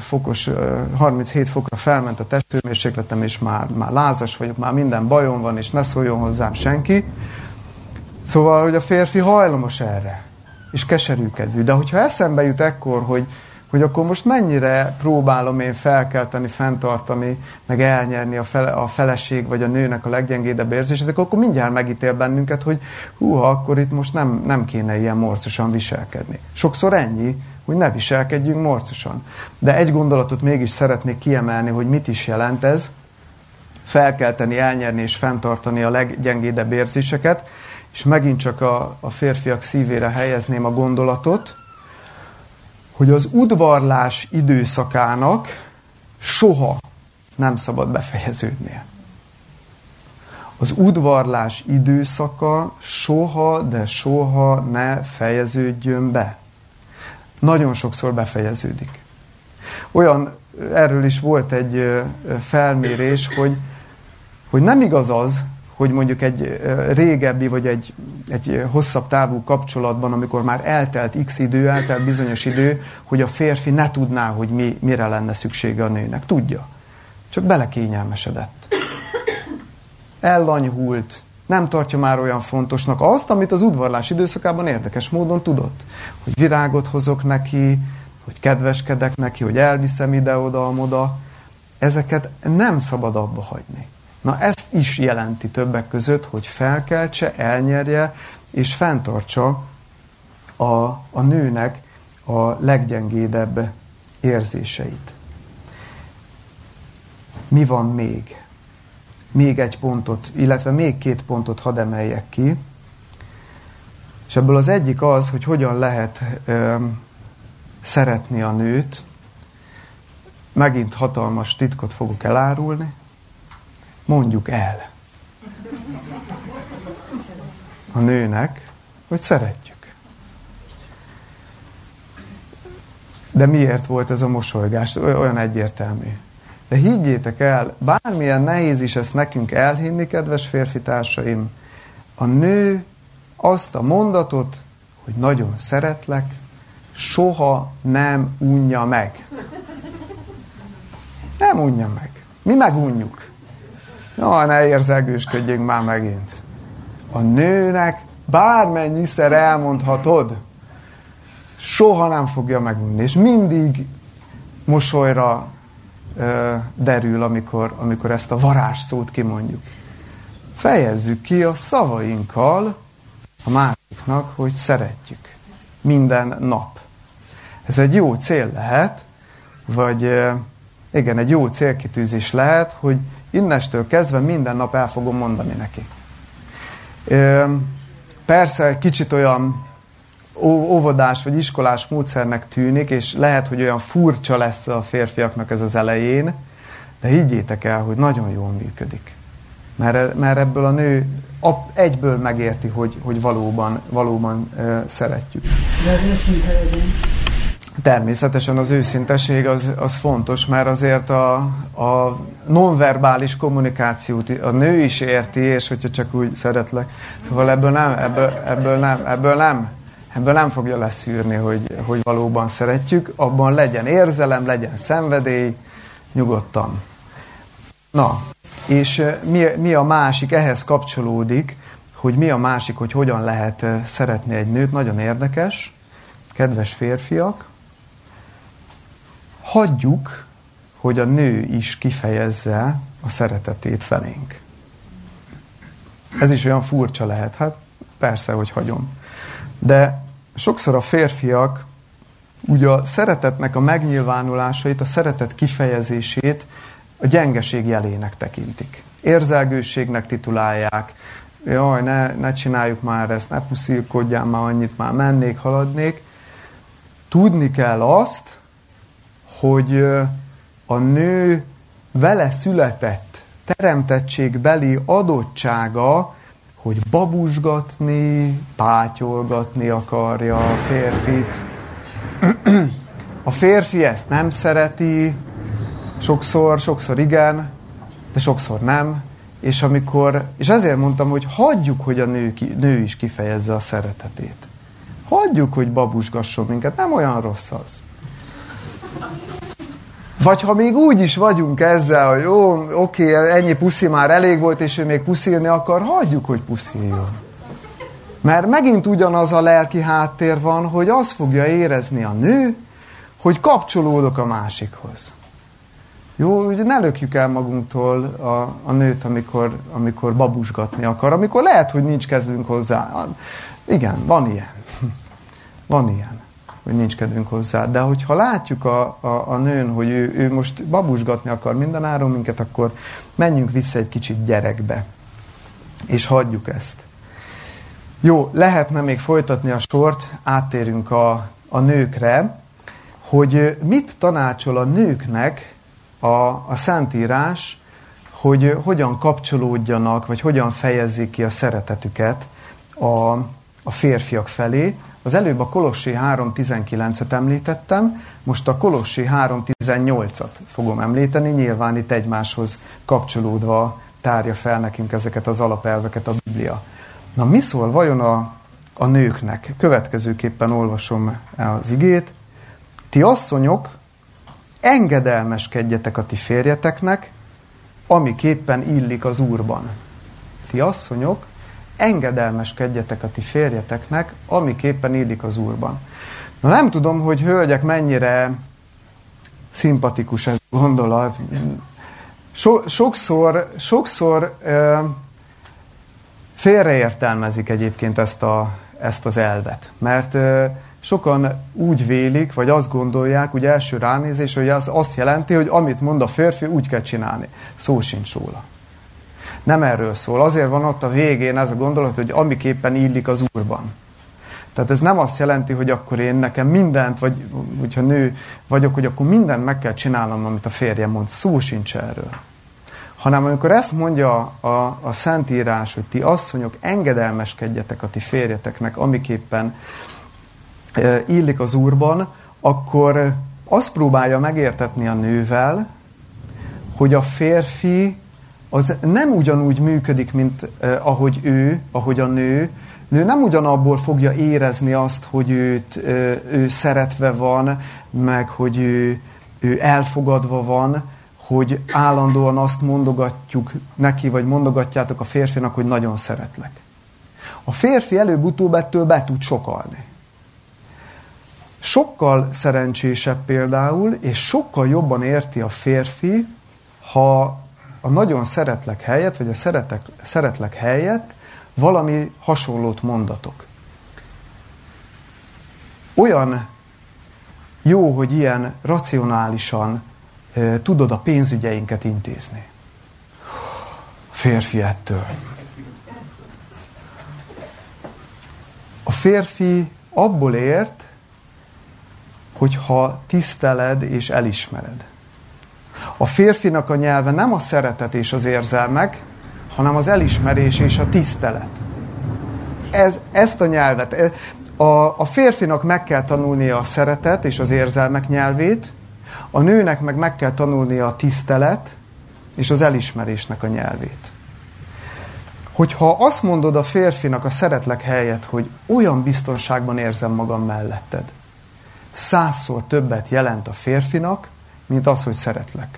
fokra felment a testhőmérsékletem, és már lázas vagyok, már minden bajom van, és ne szóljon hozzám senki. Szóval, hogy a férfi hajlamos erre, és keserűkedvű. De hogyha eszembe jut ekkor, hogy akkor most mennyire próbálom én felkelteni, fenntartani, meg elnyerni a feleség vagy a nőnek a leggyengédebb érzését, akkor mindjárt megítél bennünket, hogy akkor itt most nem kéne ilyen morcosan viselkedni. Sokszor ennyi, hogy ne viselkedjünk morcosan. De egy gondolatot mégis szeretnék kiemelni, hogy mit is jelent ez, felkelteni, elnyerni és fenntartani a leggyengédebb érzéseket, és megint csak a férfiak szívére helyezném a gondolatot, hogy az udvarlás időszakának soha nem szabad befejeződnie. Az udvarlás időszaka soha, de soha ne fejeződjön be. Nagyon sokszor befejeződik. Erről is volt egy felmérés, hogy nem igaz az, hogy mondjuk egy régebbi, vagy egy hosszabb távú kapcsolatban, amikor már eltelt bizonyos idő, hogy a férfi ne tudná, hogy mire lenne szüksége a nőnek. Tudja. Csak belekényelmesedett. Ellanyhult. Nem tartja már olyan fontosnak azt, amit az udvarlás időszakában érdekes módon tudott. Hogy virágot hozok neki, hogy kedveskedek neki, hogy elviszem ide-oda-amoda. Ezeket nem szabad abba hagyni. Na ezt is jelenti többek között, hogy felkeltse, elnyerje és fenntartsa a nőnek a leggyengédebb érzéseit. Mi van még? Még egy pontot, illetve még 2 pontot hadd emeljek ki. És ebből az egyik az, hogy hogyan lehet szeretni a nőt. Megint hatalmas titkot fogok elárulni. Mondjuk el a nőnek, hogy szeretjük. De miért volt ez a mosolygás? Olyan egyértelmű. De higgyétek el, bármilyen nehéz is ezt nekünk elhinni, kedves férfi társaim, a nő azt a mondatot, hogy nagyon szeretlek, soha nem unja meg. Nem unja meg. Mi megunjuk. Na, ne érzelgősködjünk már megint. A nőnek bármennyiszer elmondhatod, soha nem fogja megunni, és mindig mosolyra derül, amikor ezt a varázsszót kimondjuk. Fejezzük ki a szavainkkal a másiknak, hogy szeretjük. Minden nap. Ez egy jó cél lehet, vagy igen, egy jó célkitűzés lehet, hogy innestől kezdve minden nap el fogom mondani neki. Persze kicsit olyan óvodás vagy iskolás módszernek tűnik, és lehet, hogy olyan furcsa lesz a férfiaknak ez az elején, de higgyétek el, hogy nagyon jól működik. Mert ebből a nő egyből megérti, hogy valóban szeretjük. De az őszinte legyen. Természetesen az őszinteség az fontos, mert azért a nonverbális kommunikációt a nő is érti, és hogyha csak úgy szeretlek. Szóval ebből nem fogja leszűrni, hogy valóban szeretjük. Abban legyen érzelem, legyen szenvedély, nyugodtan. Na, és mi a másik, ehhez kapcsolódik, hogy mi a másik, hogy hogyan lehet szeretni egy nőt. Nagyon érdekes, kedves férfiak, hagyjuk, hogy a nő is kifejezze a szeretetét felénk. Ez is olyan furcsa lehet, hát persze, hogy hagyom. De sokszor a férfiak ugye a szeretetnek a megnyilvánulásait, a szeretet kifejezését a gyengeség jelének tekintik. Érzelgőségnek titulálják. Jaj, ne csináljuk már ezt, ne puszilkodjál már annyit, már mennék, haladnék. Tudni kell azt, hogy a nő vele született teremtettségbeli adottsága, hogy babusgatni, pátyolgatni akarja a férfit. A férfi ezt nem szereti, sokszor igen, de sokszor nem. És ezért mondtam, hogy hagyjuk, hogy a nő is kifejezze a szeretetét. Hagyjuk, hogy babusgasson minket, nem olyan rossz az. Vagy ha még úgy is vagyunk ezzel, hogy jó, oké, ennyi puszi már elég volt, és ő még puszilni akar, hagyjuk, hogy pusziljon. Mert megint ugyanaz a lelki háttér van, hogy azt fogja érezni a nő, hogy kapcsolódok a másikhoz. Jó, ugye ne lökjük el magunktól a nőt, amikor babusgatni akar, amikor lehet, hogy nincs kedvünk hozzá. Igen, van ilyen. Van ilyen, hogy nincs kedvünk hozzá. De hogyha látjuk a nőn, hogy ő most babusgatni akar mindenáron minket, akkor menjünk vissza egy kicsit gyerekbe. És hagyjuk ezt. Jó, lehetne még folytatni a sort, áttérünk a nőkre, hogy mit tanácsol a nőknek a Szentírás, hogy hogyan kapcsolódjanak, vagy hogyan fejezzék ki a szeretetüket a férfiak felé. Az előbb a Kolossi 3.19-et említettem, most a Kolossi 3.18-at fogom említeni, nyilván itt egymáshoz kapcsolódva tárja fel nekünk ezeket az alapelveket a Biblia. Na, mi szól vajon a nőknek? Következőképpen olvasom az igét. Ti asszonyok, engedelmeskedjetek a ti férjeteknek, amiképpen illik az Úrban. Ti asszonyok, engedelmeskedjetek a ti férjeteknek, amiképpen illik az Úrban. Na nem tudom, hogy hölgyek mennyire szimpatikus ez a gondolat. Sokszor félreértelmezik egyébként ezt az elvet. Mert sokan úgy vélik, vagy azt gondolják, úgy első ránézés, hogy az azt jelenti, hogy amit mond a férfi, úgy kell csinálni. Szó sincs róla. Nem erről szól. Azért van ott a végén ez a gondolat, hogy amiképpen illik az Úrban. Tehát ez nem azt jelenti, hogy akkor én nekem mindent, vagy hogyha nő vagyok, hogy akkor mindent meg kell csinálnom, amit a férjem mond. Szó sincs erről. Hanem amikor ezt mondja a Szentírás, hogy ti asszonyok, engedelmeskedjetek a ti férjeteknek, amiképpen illik az Úrban, akkor azt próbálja megértetni a nővel, hogy a férfi az nem ugyanúgy működik, mint ahogy a nő. Nő nem ugyanabból fogja érezni azt, hogy ő szeretve van, meg hogy ő elfogadva van, hogy állandóan azt mondogatjuk neki, vagy mondogatjátok a férfinak, hogy nagyon szeretlek. A férfi előbb-utóbb ettől be tud sokalni. Sokkal szerencsésebb például, és sokkal jobban érti a férfi, ha a nagyon szeretlek helyett, vagy a szeretlek helyett valami hasonlót mondatok. Olyan jó, hogy ilyen racionálisan tudod a pénzügyeinket intézni. Férfi ettől. A férfi abból ért, hogyha tiszteled és elismered. A férfinak a nyelve nem a szeretet és az érzelmek, hanem az elismerés és a tisztelet. Ezt a nyelvet. A férfinak meg kell tanulnia a szeretet és az érzelmek nyelvét, a nőnek meg kell tanulnia a tisztelet és az elismerésnek a nyelvét. Hogyha azt mondod a férfinak a szeretlek helyett, hogy olyan biztonságban érzem magam melletted, 100-szor többet jelent a férfinak, mint az, hogy szeretlek.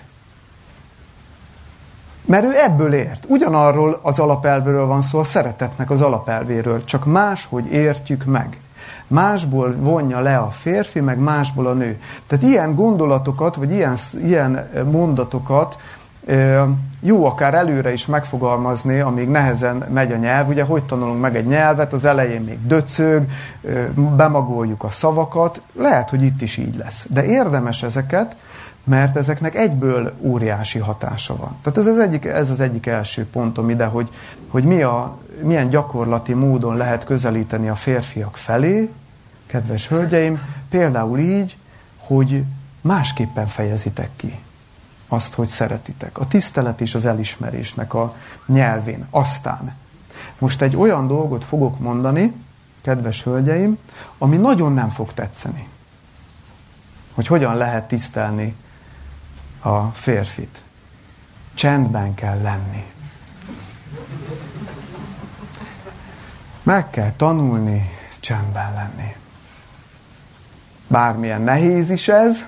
Mert ő ebből ért. Ugyanarról az alapelvéről van szó, a szeretetnek az alapelvéről, csak máshogy értjük meg. Másból vonja le a férfi, meg másból a nő. Tehát ilyen gondolatokat, vagy ilyen mondatokat jó akár előre is megfogalmazni, amíg nehezen megy a nyelv. Ugye, hogy tanulunk meg egy nyelvet, az elején még döcög, bemagoljuk a szavakat, lehet, hogy itt is így lesz. De érdemes ezeket, mert ezeknek egyből óriási hatása van. Tehát ez az egyik első pontom ide, hogy milyen gyakorlati módon lehet közelíteni a férfiak felé, kedves hölgyeim, például így, hogy másképpen fejezitek ki azt, hogy szeretitek. A tisztelet és az elismerésnek a nyelvén. Aztán most egy olyan dolgot fogok mondani, kedves hölgyeim, ami nagyon nem fog tetszeni. Hogy hogyan lehet tisztelni a férfit. Csendben kell lenni. Meg kell tanulni csendben lenni. Bármilyen nehéz is ez,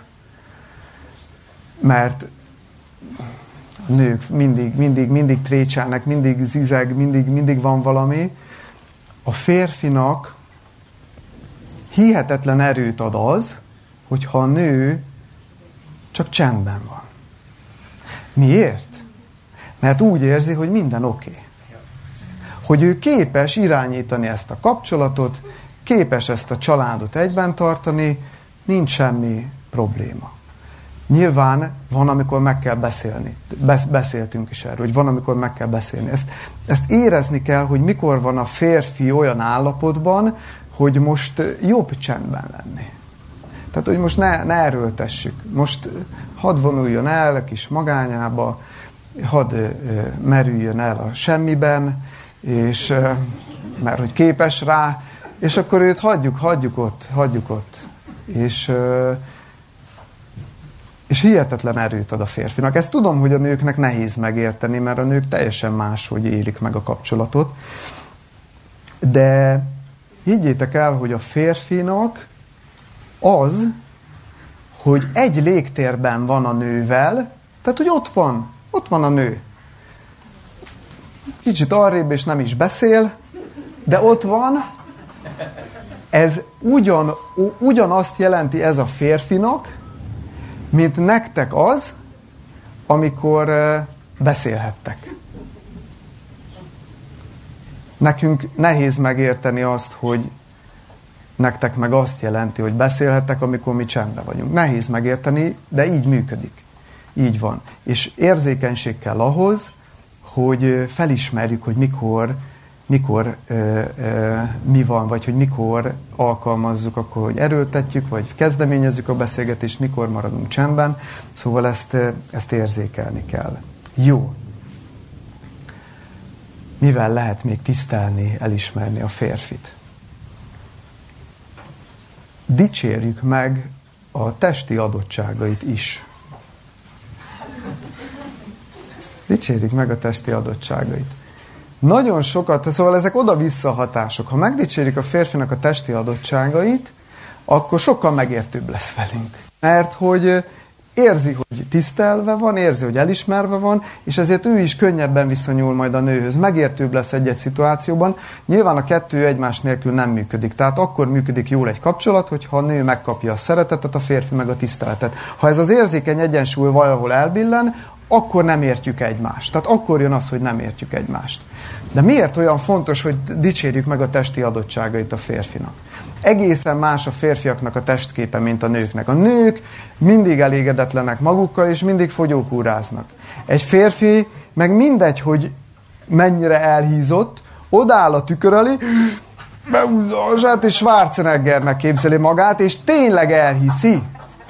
mert a nők mindig trécselnek, mindig zizeg, mindig van valami. A férfinak hihetetlen erőt ad az, hogyha a nő csak csendben van. Miért? Mert úgy érzi, hogy minden oké. Hogy ő képes irányítani ezt a kapcsolatot, képes ezt a családot egyben tartani, nincs semmi probléma. Nyilván van, amikor meg kell beszélni. Beszéltünk is erről, hogy van, amikor meg kell beszélni. Ezt érezni kell, hogy mikor van a férfi olyan állapotban, hogy most jobb csendben lenni. Tehát, hogy most ne erőltessük. Most hadd vonuljon el a kis magányába, hadd merüljön el a semmiben, és, mert hogy képes rá, és akkor őt hagyjuk ott. És hihetetlen erőt ad a férfinak. Ezt tudom, hogy a nőknek nehéz megérteni, mert a nők teljesen máshogy élik meg a kapcsolatot. De higgyétek el, hogy a férfinak az, hogy egy légtérben van a nővel, tehát, hogy ott van a nő. Kicsit arrébb, és nem is beszél, de ott van, ez ugyanazt jelenti ez a férfinak, mint nektek az, amikor beszélhettek. Nekünk nehéz megérteni azt, hogy nektek meg azt jelenti, hogy beszélhettek, amikor mi csendben vagyunk. Nehéz megérteni, de így működik. Így van. És érzékenység kell ahhoz, hogy felismerjük, hogy mikor mi van, vagy hogy mikor alkalmazzuk, akkor hogy erőltetjük, vagy kezdeményezzük a beszélgetést, mikor maradunk csendben. Szóval ezt érzékelni kell. Jó. Mivel lehet még tisztelni, elismerni a férfit? Dicsérjük meg a testi adottságait is. Dicsérjük meg a testi adottságait. Nagyon sokat, szóval ezek oda-vissza hatások. Ha megdicsérjük a férfinak a testi adottságait, akkor sokkal megértőbb lesz velünk. Mert hogy érzi, hogy tisztelve van, érzi, hogy elismerve van, és ezért ő is könnyebben viszonyul majd a nőhöz. Megértőbb lesz egy-egy szituációban. Nyilván a kettő egymás nélkül nem működik. Tehát akkor működik jól egy kapcsolat, hogyha a nő megkapja a szeretetet, a férfi meg a tiszteletet. Ha ez az érzékeny egyensúly valahol elbillen, akkor nem értjük egymást. Tehát akkor jön az, hogy nem értjük egymást. De miért olyan fontos, hogy dicsérjük meg a testi adottságait a férfinak? Egészen más a férfiaknak a testképe, mint a nőknek. A nők mindig elégedetlenek magukkal, és mindig fogyókúráznak. Egy férfi meg mindegy, hogy mennyire elhízott, odáll a tükör elé, behúzza a zsát, és Schwarzeneggernek képzeli magát, és tényleg elhiszi.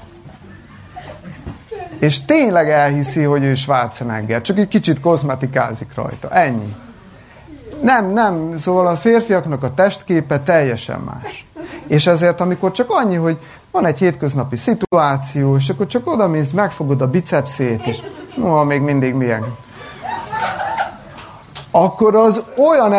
És tényleg elhiszi, hogy ő Schwarzenegger. Csak egy kicsit kozmetikázik rajta. Ennyi. Nem. Szóval a férfiaknak a testképe teljesen más. És ezért, amikor csak annyi, hogy van egy hétköznapi szituáció, és akkor csak odamész, megfogod a bicepszét, és még mindig milyen. Akkor az olyan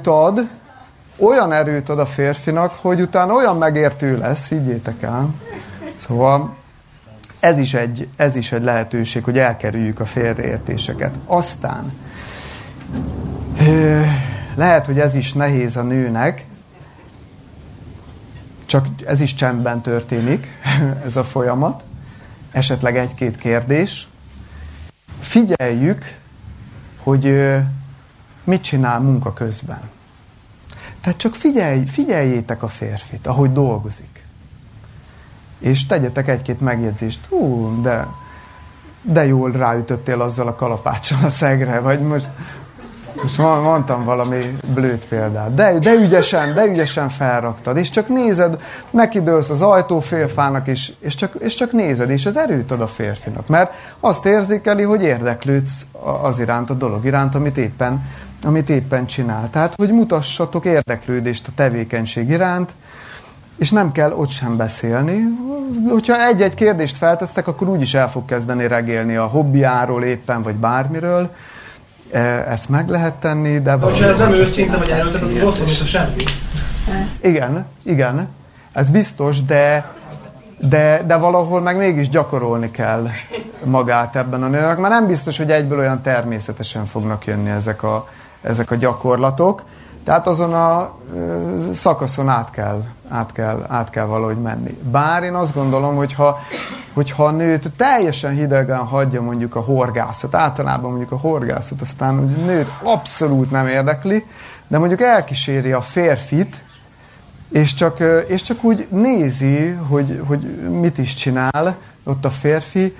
erőt ad a férfinak, hogy utána olyan megértő lesz, higgyétek el. Szóval ez is egy lehetőség, hogy elkerüljük a félreértéseket. Aztán lehet, hogy ez is nehéz a nőnek, csak ez is csendben történik, ez a folyamat. Esetleg egy-két kérdés. Figyeljük, hogy mit csinál munka közben. Tehát csak figyeljétek a férfit, ahogy dolgozik. És tegyetek egy-két megjegyzést. De jól ráütöttél azzal a kalapáccsal a szegre, vagy most mondtam valami blőtt példát. De ügyesen felraktad, és csak nézed, nekidőlsz az ajtófélfának, és csak nézed, és ez erőt ad a férfinak. Mert azt érzékeli, hogy érdeklődsz az iránt, a dolog iránt, amit éppen csinál. Tehát, hogy mutassatok érdeklődést a tevékenység iránt, és nem kell ott sem beszélni. Hogyha egy-egy kérdést feltesztek, akkor úgyis el fog kezdeni regélni a hobbiáról éppen, vagy bármiről. Ezt meg lehet tenni, de... Ha ez nem őszinte, vagy elöltet, akkor rosszul, mint a semmi. Igen. Ez biztos, de valahol meg mégis gyakorolni kell magát ebben a nőnek, mert nem biztos, hogy egyből olyan természetesen fognak jönni ezek a gyakorlatok. Tehát azon a szakaszon át kell valahogy menni. Bár én azt gondolom, hogyha a nőt teljesen hidegen hagyja mondjuk a horgászat, általában mondjuk a horgászat, aztán a nőt abszolút nem érdekli, de mondjuk elkíséri a férfit, és csak úgy nézi, hogy mit is csinál ott a férfi,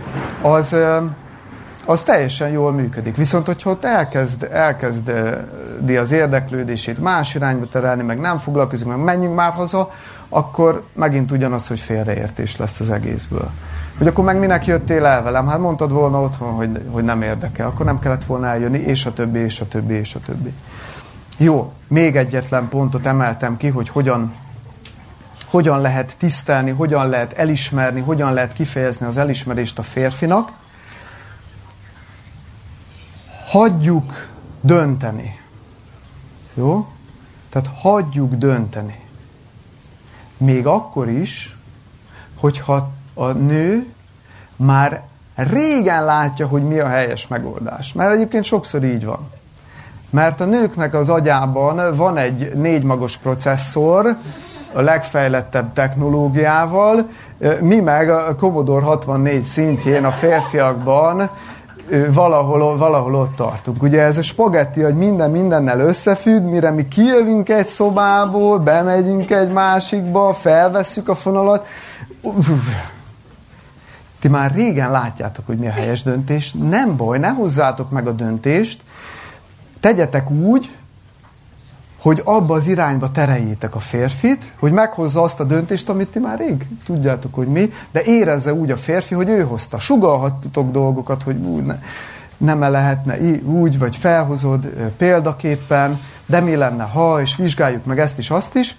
az teljesen jól működik. Viszont, hogyha ott elkezdi az érdeklődését más irányba terelni, meg nem foglalkozik, meg menjünk már haza, akkor megint ugyanaz, hogy félreértés lesz az egészből. Hogy akkor meg minek jöttél el velem? Hát mondtad volna otthon, hogy nem érdekel. Akkor nem kellett volna eljönni, és a többi. Jó, még egyetlen pontot emeltem ki, hogy hogyan lehet tisztelni, hogyan lehet elismerni, hogyan lehet kifejezni az elismerést a férfinak. Hagyjuk dönteni. Jó? Tehát hagyjuk dönteni. Még akkor is, hogyha a nő már régen látja, hogy mi a helyes megoldás. Mert egyébként sokszor így van. Mert a nőknek az agyában van egy 4 magos processzor, a legfejlettebb technológiával, mi meg a Commodore 64 szintjén a férfiakban valahol ott tartunk. Ugye ez a spagetti, hogy minden mindennel összefügg, mire mi kijövünk egy szobából, bemegyünk egy másikba, felvesszük a fonalat. Ti már régen látjátok, hogy mi a helyes döntés. Nem baj, ne hozzátok meg a döntést. Tegyetek úgy, hogy abba az irányba tereljétek a férfit, hogy meghozza azt a döntést, amit ti már rég tudjátok, hogy mi, de érezze úgy a férfi, hogy ő hozta. Sugalhattok dolgokat, hogy nem lehetne úgy, vagy felhozod példaképpen, de mi lenne, ha, és vizsgáljuk meg ezt is, azt is,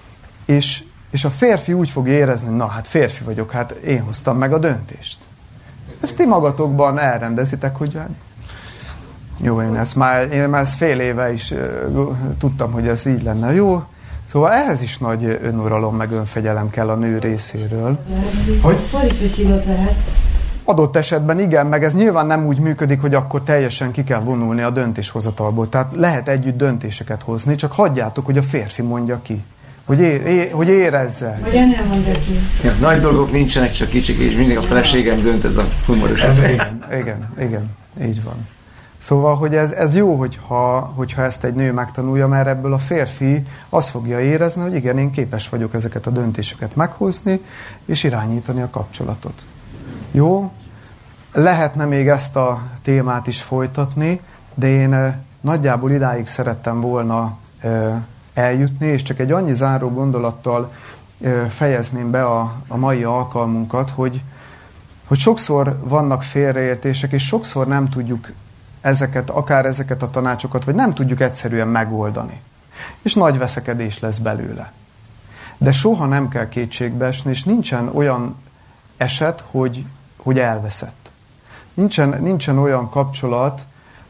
és a férfi úgy fog érezni, na hát férfi vagyok, hát én hoztam meg a döntést. Ezt ti magatokban elrendezitek, hogy hát, jó, én már fél éve is tudtam, hogy ez így lenne. Jó, szóval ehhez is nagy önuralom, meg önfegyelem kell a nő részéről. Hogy? Fordítősígot lehet. Adott esetben igen, meg ez nyilván nem úgy működik, hogy akkor teljesen ki kell vonulni a döntéshozatalból. Tehát lehet együtt döntéseket hozni, csak hagyjátok, hogy a férfi mondja ki. Hogy érezze. Vagy nem mondja ki. Nagy dolgok nincsenek, csak kicsik, és mindig a feleségem dönt, ez a humoros. Igen, így van. Szóval, hogy ez jó, hogyha ezt egy nő megtanulja, mert ebből a férfi azt fogja érezni, hogy igen, én képes vagyok ezeket a döntéseket meghozni, és irányítani a kapcsolatot. Jó? Lehetne még ezt a témát is folytatni, de én nagyjából idáig szerettem volna eljutni, és csak egy annyi záró gondolattal fejezném be a mai alkalmunkat, hogy sokszor vannak félreértések, és sokszor nem tudjuk akár ezeket a tanácsokat, vagy nem tudjuk egyszerűen megoldani. És nagy veszekedés lesz belőle. De soha nem kell kétségbe esni, és nincsen olyan eset, hogy elveszett. Nincsen olyan kapcsolat,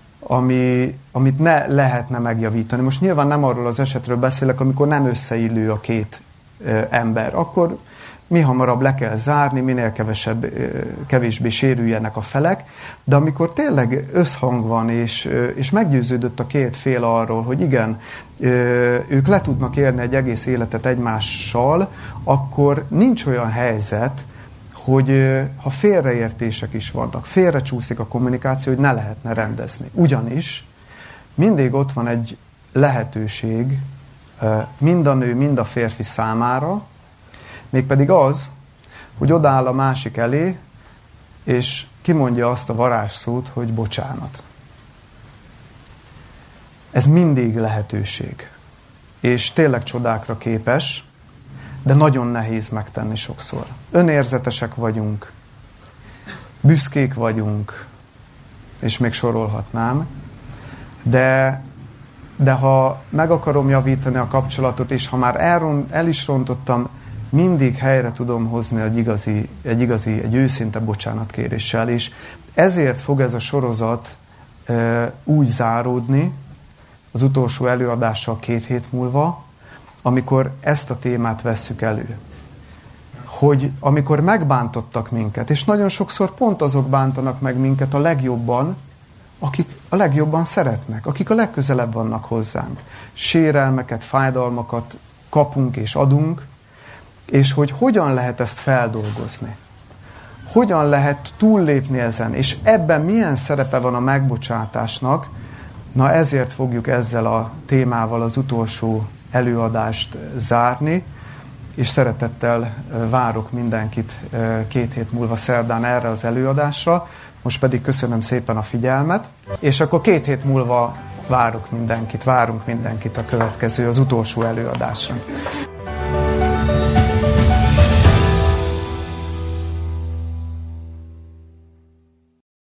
amit ne lehetne megjavítani. Most nyilván nem arról az esetről beszélek, amikor nem összeillő a két ember. Akkor mi hamarabb le kell zárni, minél kevésbé sérüljenek a felek, de amikor tényleg összhang van, és meggyőződött a két fél arról, hogy igen, ők le tudnak élni egy egész életet egymással, akkor nincs olyan helyzet, hogy ha félreértések is vannak, félrecsúszik a kommunikáció, hogy ne lehetne rendezni. Ugyanis mindig ott van egy lehetőség mind a nő, mind a férfi számára, mégpedig az, hogy odaáll a másik elé, és kimondja azt a varázsszót, hogy bocsánat. Ez mindig lehetőség. És tényleg csodákra képes, de nagyon nehéz megtenni sokszor. Önérzetesek vagyunk, büszkék vagyunk, és még sorolhatnám, de ha meg akarom javítani a kapcsolatot, és ha már el is rontottam, mindig helyre tudom hozni egy őszinte bocsánatkéréssel, és ezért fog ez a sorozat úgy záródni, az utolsó előadással 2 hét múlva, amikor ezt a témát vesszük elő. Hogy amikor megbántottak minket, és nagyon sokszor pont azok bántanak meg minket a legjobban, akik a legjobban szeretnek, akik a legközelebb vannak hozzánk. Sérelmeket, fájdalmakat kapunk és adunk, és hogy hogyan lehet ezt feldolgozni. Hogyan lehet túllépni ezen, és ebben milyen szerepe van a megbocsátásnak. Na ezért fogjuk ezzel a témával az utolsó előadást zárni, és szeretettel várok mindenkit 2 hét múlva szerdán erre az előadásra. Most pedig köszönöm szépen a figyelmet, és akkor 2 hét múlva várunk mindenkit a következő, az utolsó előadásra.